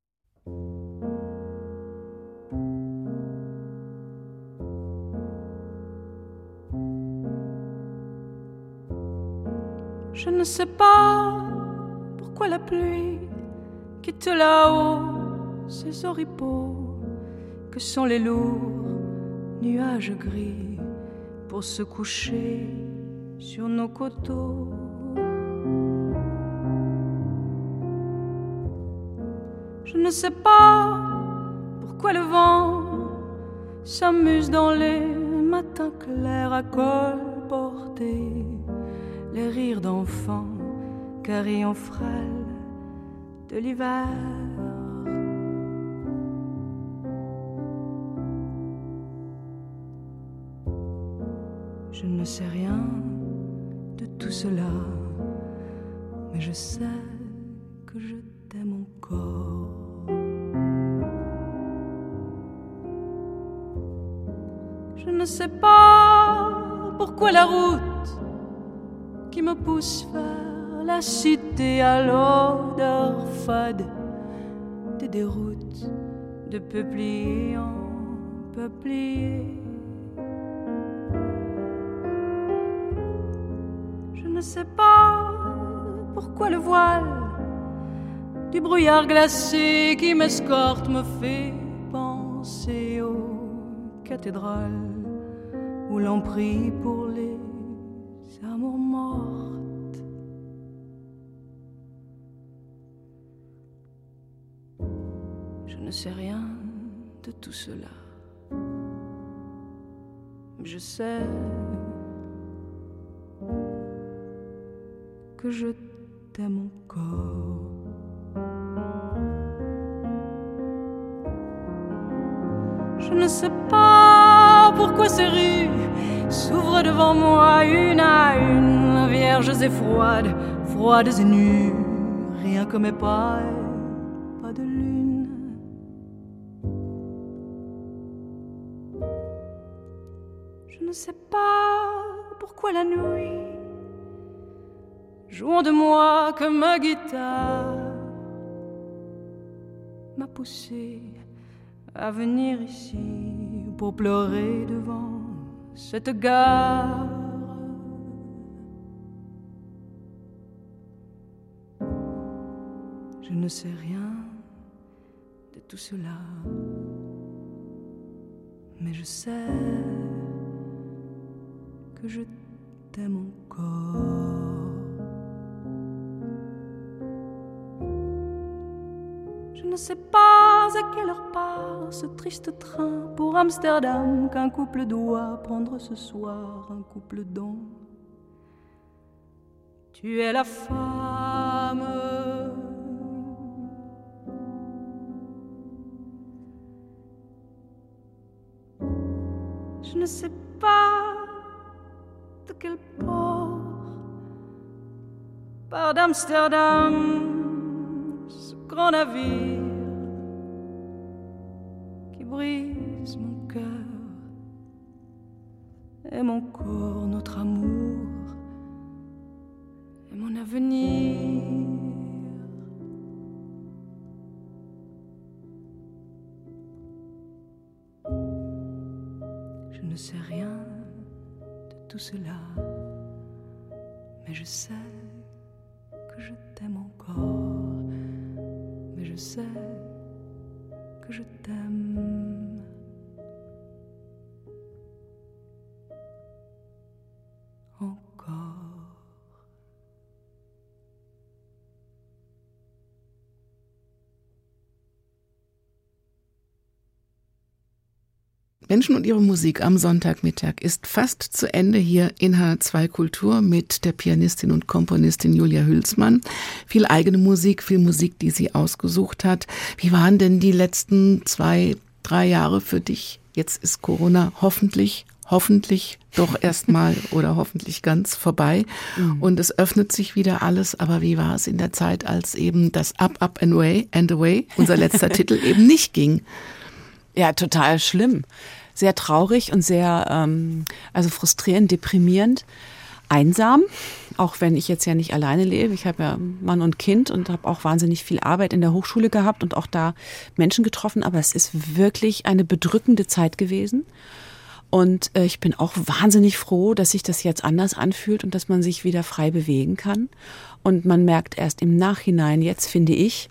Je ne sais pas pourquoi la pluie quitte là-haut ces oripeaux que sont les lourds nuages gris pour se coucher sur nos coteaux. Je ne sais pas pourquoi le vent s'amuse dans les matins clairs à colporter les rires d'enfants carillons frêles de l'hiver. Je ne sais rien de tout cela, mais je sais que je t'aime encore. Je ne sais pas pourquoi la route qui me pousse vers la cité à l'odeur fade des déroutes de peuplier en peuplier. Je ne sais pas pourquoi le voile du brouillard glacé qui m'escorte me fait penser aux cathédrales où l'on prie pour les amours mortes. Je ne sais rien de tout cela. Je sais que je t'aime encore. Je ne sais pas pourquoi ces rues s'ouvrent devant moi une à une, vierges et froides, froides et nues, rien que mes pas, pas de lune. Je ne sais pas pourquoi la nuit, jouant de moi comme ma guitare, m'a poussé à venir ici pour pleurer devant cette gare. Je ne sais rien de tout cela, mais je sais que je t'aime encore. Je ne sais pas à quelle heure part ce triste train pour Amsterdam qu'un couple doit prendre ce soir, un couple dont tu es la femme. Je ne sais pas de quel port part d'Amsterdam ce grand navire qui brise mon cœur et mon corps, notre amour et mon avenir. Je ne sais rien de tout cela, mais je sais que je t'aime encore, mais je sais que je t'aime encore. Menschen und ihre Musik am Sonntagmittag ist fast zu Ende hier in H2 Kultur mit der Pianistin und Komponistin Julia Hülsmann. Viel eigene Musik, viel Musik, die sie ausgesucht hat. Wie waren denn die letzten 2-3 Jahre für dich? Jetzt ist Corona hoffentlich doch erstmal oder hoffentlich ganz vorbei. Und es öffnet sich wieder alles. Aber wie war es in der Zeit, als eben das Up, Up and Away, unser letzter Titel, eben nicht ging? Ja, total schlimm. Sehr traurig und sehr frustrierend, deprimierend, einsam. Auch wenn ich jetzt ja nicht alleine lebe. Ich habe ja Mann und Kind und habe auch wahnsinnig viel Arbeit in der Hochschule gehabt und auch da Menschen getroffen. Aber es ist wirklich eine bedrückende Zeit gewesen. Und ich bin auch wahnsinnig froh, dass sich das jetzt anders anfühlt und dass man sich wieder frei bewegen kann. Und man merkt erst im Nachhinein, jetzt finde ich,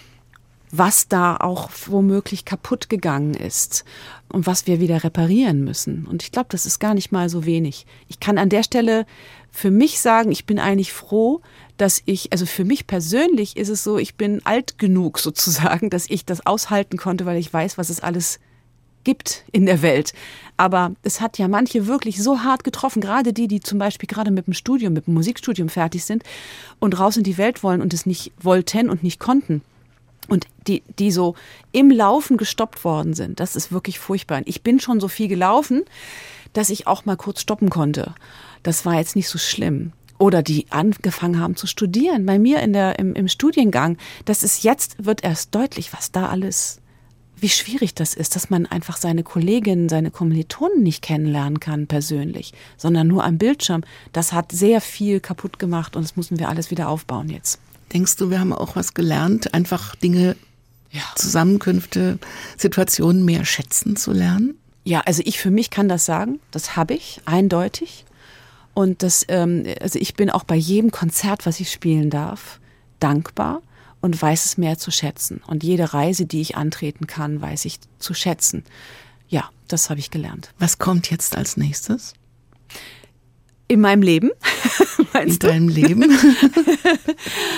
was da auch womöglich kaputt gegangen ist und was wir wieder reparieren müssen. Und ich glaube, das ist gar nicht mal so wenig. Ich kann an der Stelle für mich sagen, ich bin eigentlich froh, dass also für mich persönlich ist es so, ich bin alt genug sozusagen, dass ich das aushalten konnte, weil ich weiß, was es alles gibt in der Welt. Aber es hat ja manche wirklich so hart getroffen, gerade die zum Beispiel gerade mit dem Musikstudium fertig sind und raus in die Welt wollen und es nicht wollten und nicht konnten. Und die so im Laufen gestoppt worden sind, das ist wirklich furchtbar. Und ich bin schon so viel gelaufen, dass ich auch mal kurz stoppen konnte. Das war jetzt nicht so schlimm. Oder die angefangen haben zu studieren. Bei mir im Studiengang, wird erst deutlich, was da alles, wie schwierig das ist, dass man einfach seine Kolleginnen, seine Kommilitonen nicht kennenlernen kann persönlich, sondern nur am Bildschirm. Das hat sehr viel kaputt gemacht und das müssen wir alles wieder aufbauen jetzt. Denkst du, wir haben auch was gelernt, einfach Dinge, Zusammenkünfte, Situationen mehr schätzen zu lernen? Ja, also ich für mich kann das sagen, das habe ich, eindeutig. Und also ich bin auch bei jedem Konzert, was ich spielen darf, dankbar und weiß es mehr zu schätzen. Und jede Reise, die ich antreten kann, weiß ich zu schätzen. Ja, das habe ich gelernt. Was kommt jetzt als nächstes? In meinem Leben? In deinem Leben?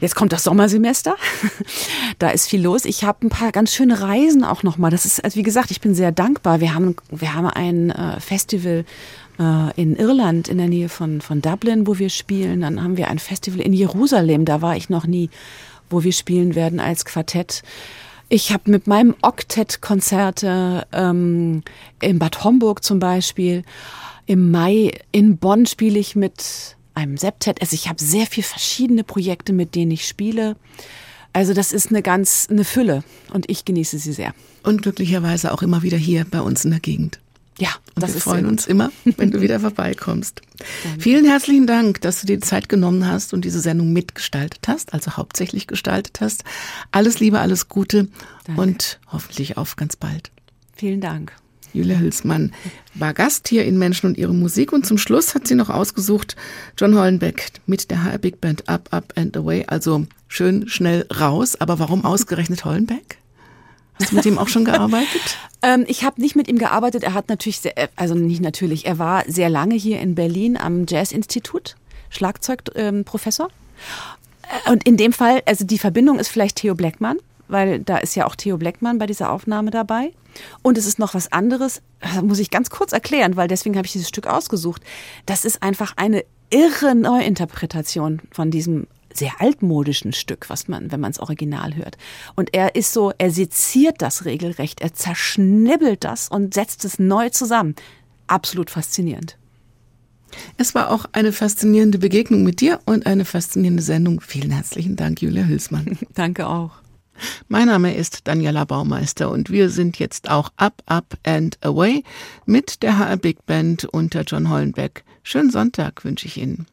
Jetzt kommt das Sommersemester. Da ist viel los. Ich habe ein paar ganz schöne Reisen auch nochmal. Das ist, also wie gesagt, ich bin sehr dankbar. Wir haben ein Festival in Irland in der Nähe von Dublin, wo wir spielen. Dann haben wir ein Festival in Jerusalem, da war ich noch nie, wo wir spielen werden als Quartett. Ich habe mit meinem Oktett Konzerte in Bad Homburg zum Beispiel. Im Mai in Bonn spiele ich mit einem Septett. Also ich habe sehr viele verschiedene Projekte, mit denen ich spiele. Also das ist eine Fülle und ich genieße sie sehr. Und glücklicherweise auch immer wieder hier bei uns in der Gegend. Ja, und wir freuen uns immer, wenn du wieder vorbeikommst. Vielen herzlichen Dank, dass du dir die Zeit genommen hast und diese Sendung mitgestaltet hast, also hauptsächlich gestaltet hast. Alles Liebe, alles Gute. Danke. Und hoffentlich auf ganz bald. Vielen Dank. Julia Hülsmann war Gast hier in Menschen und ihre Musik und zum Schluss hat sie noch ausgesucht John Hollenbeck mit der HR Big Band Up, Up and Away, also schön schnell raus. Aber warum ausgerechnet Hollenbeck? Hast du mit ihm auch schon gearbeitet? Ich habe nicht mit ihm gearbeitet. Er hat er war sehr lange hier in Berlin am Jazz-Institut, Schlagzeugprofessor. Und in dem Fall, also die Verbindung ist vielleicht Theo Bleckmann, weil da ist ja auch Theo Bleckmann bei dieser Aufnahme dabei. Und es ist noch was anderes, das muss ich ganz kurz erklären, weil deswegen habe ich dieses Stück ausgesucht. Das ist einfach eine irre Neuinterpretation von diesem sehr altmodischen Stück, was man, wenn man es Original hört. Und er seziert das regelrecht, er zerschnibbelt das und setzt es neu zusammen. Absolut faszinierend. Es war auch eine faszinierende Begegnung mit dir und eine faszinierende Sendung. Vielen herzlichen Dank, Julia Hülsmann. Danke auch. Mein Name ist Daniela Baumeister und wir sind jetzt auch Up, Up and Away mit der HR Big Band unter John Hollenbeck. Schönen Sonntag wünsche ich Ihnen.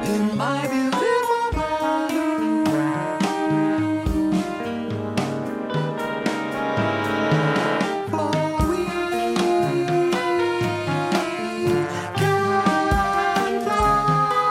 in my beautiful ballroom. For we can fly.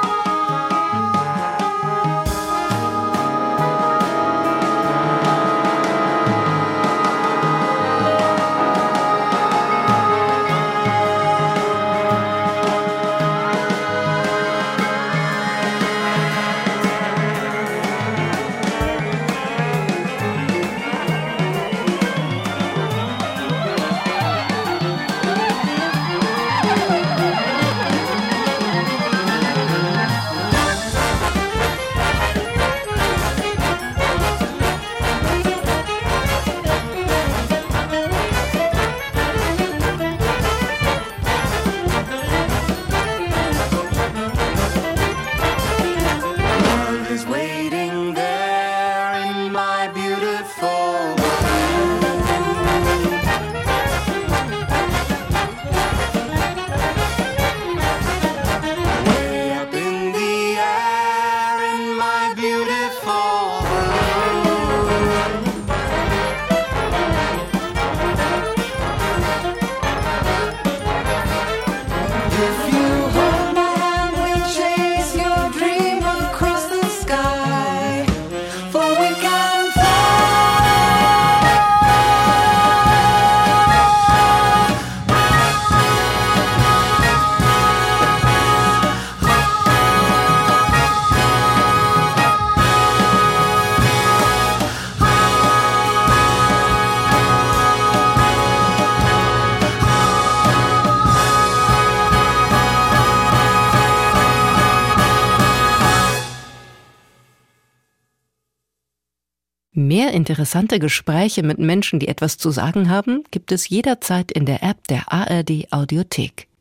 Love is waiting there in my beautiful balloon. Way up in the air in my beautiful balloon. If you hold my hand, we'll chase your dream across the sky. For we can Mehr interessante Gespräche mit Menschen, die etwas zu sagen haben, gibt es jederzeit in der App der ARD Audiothek.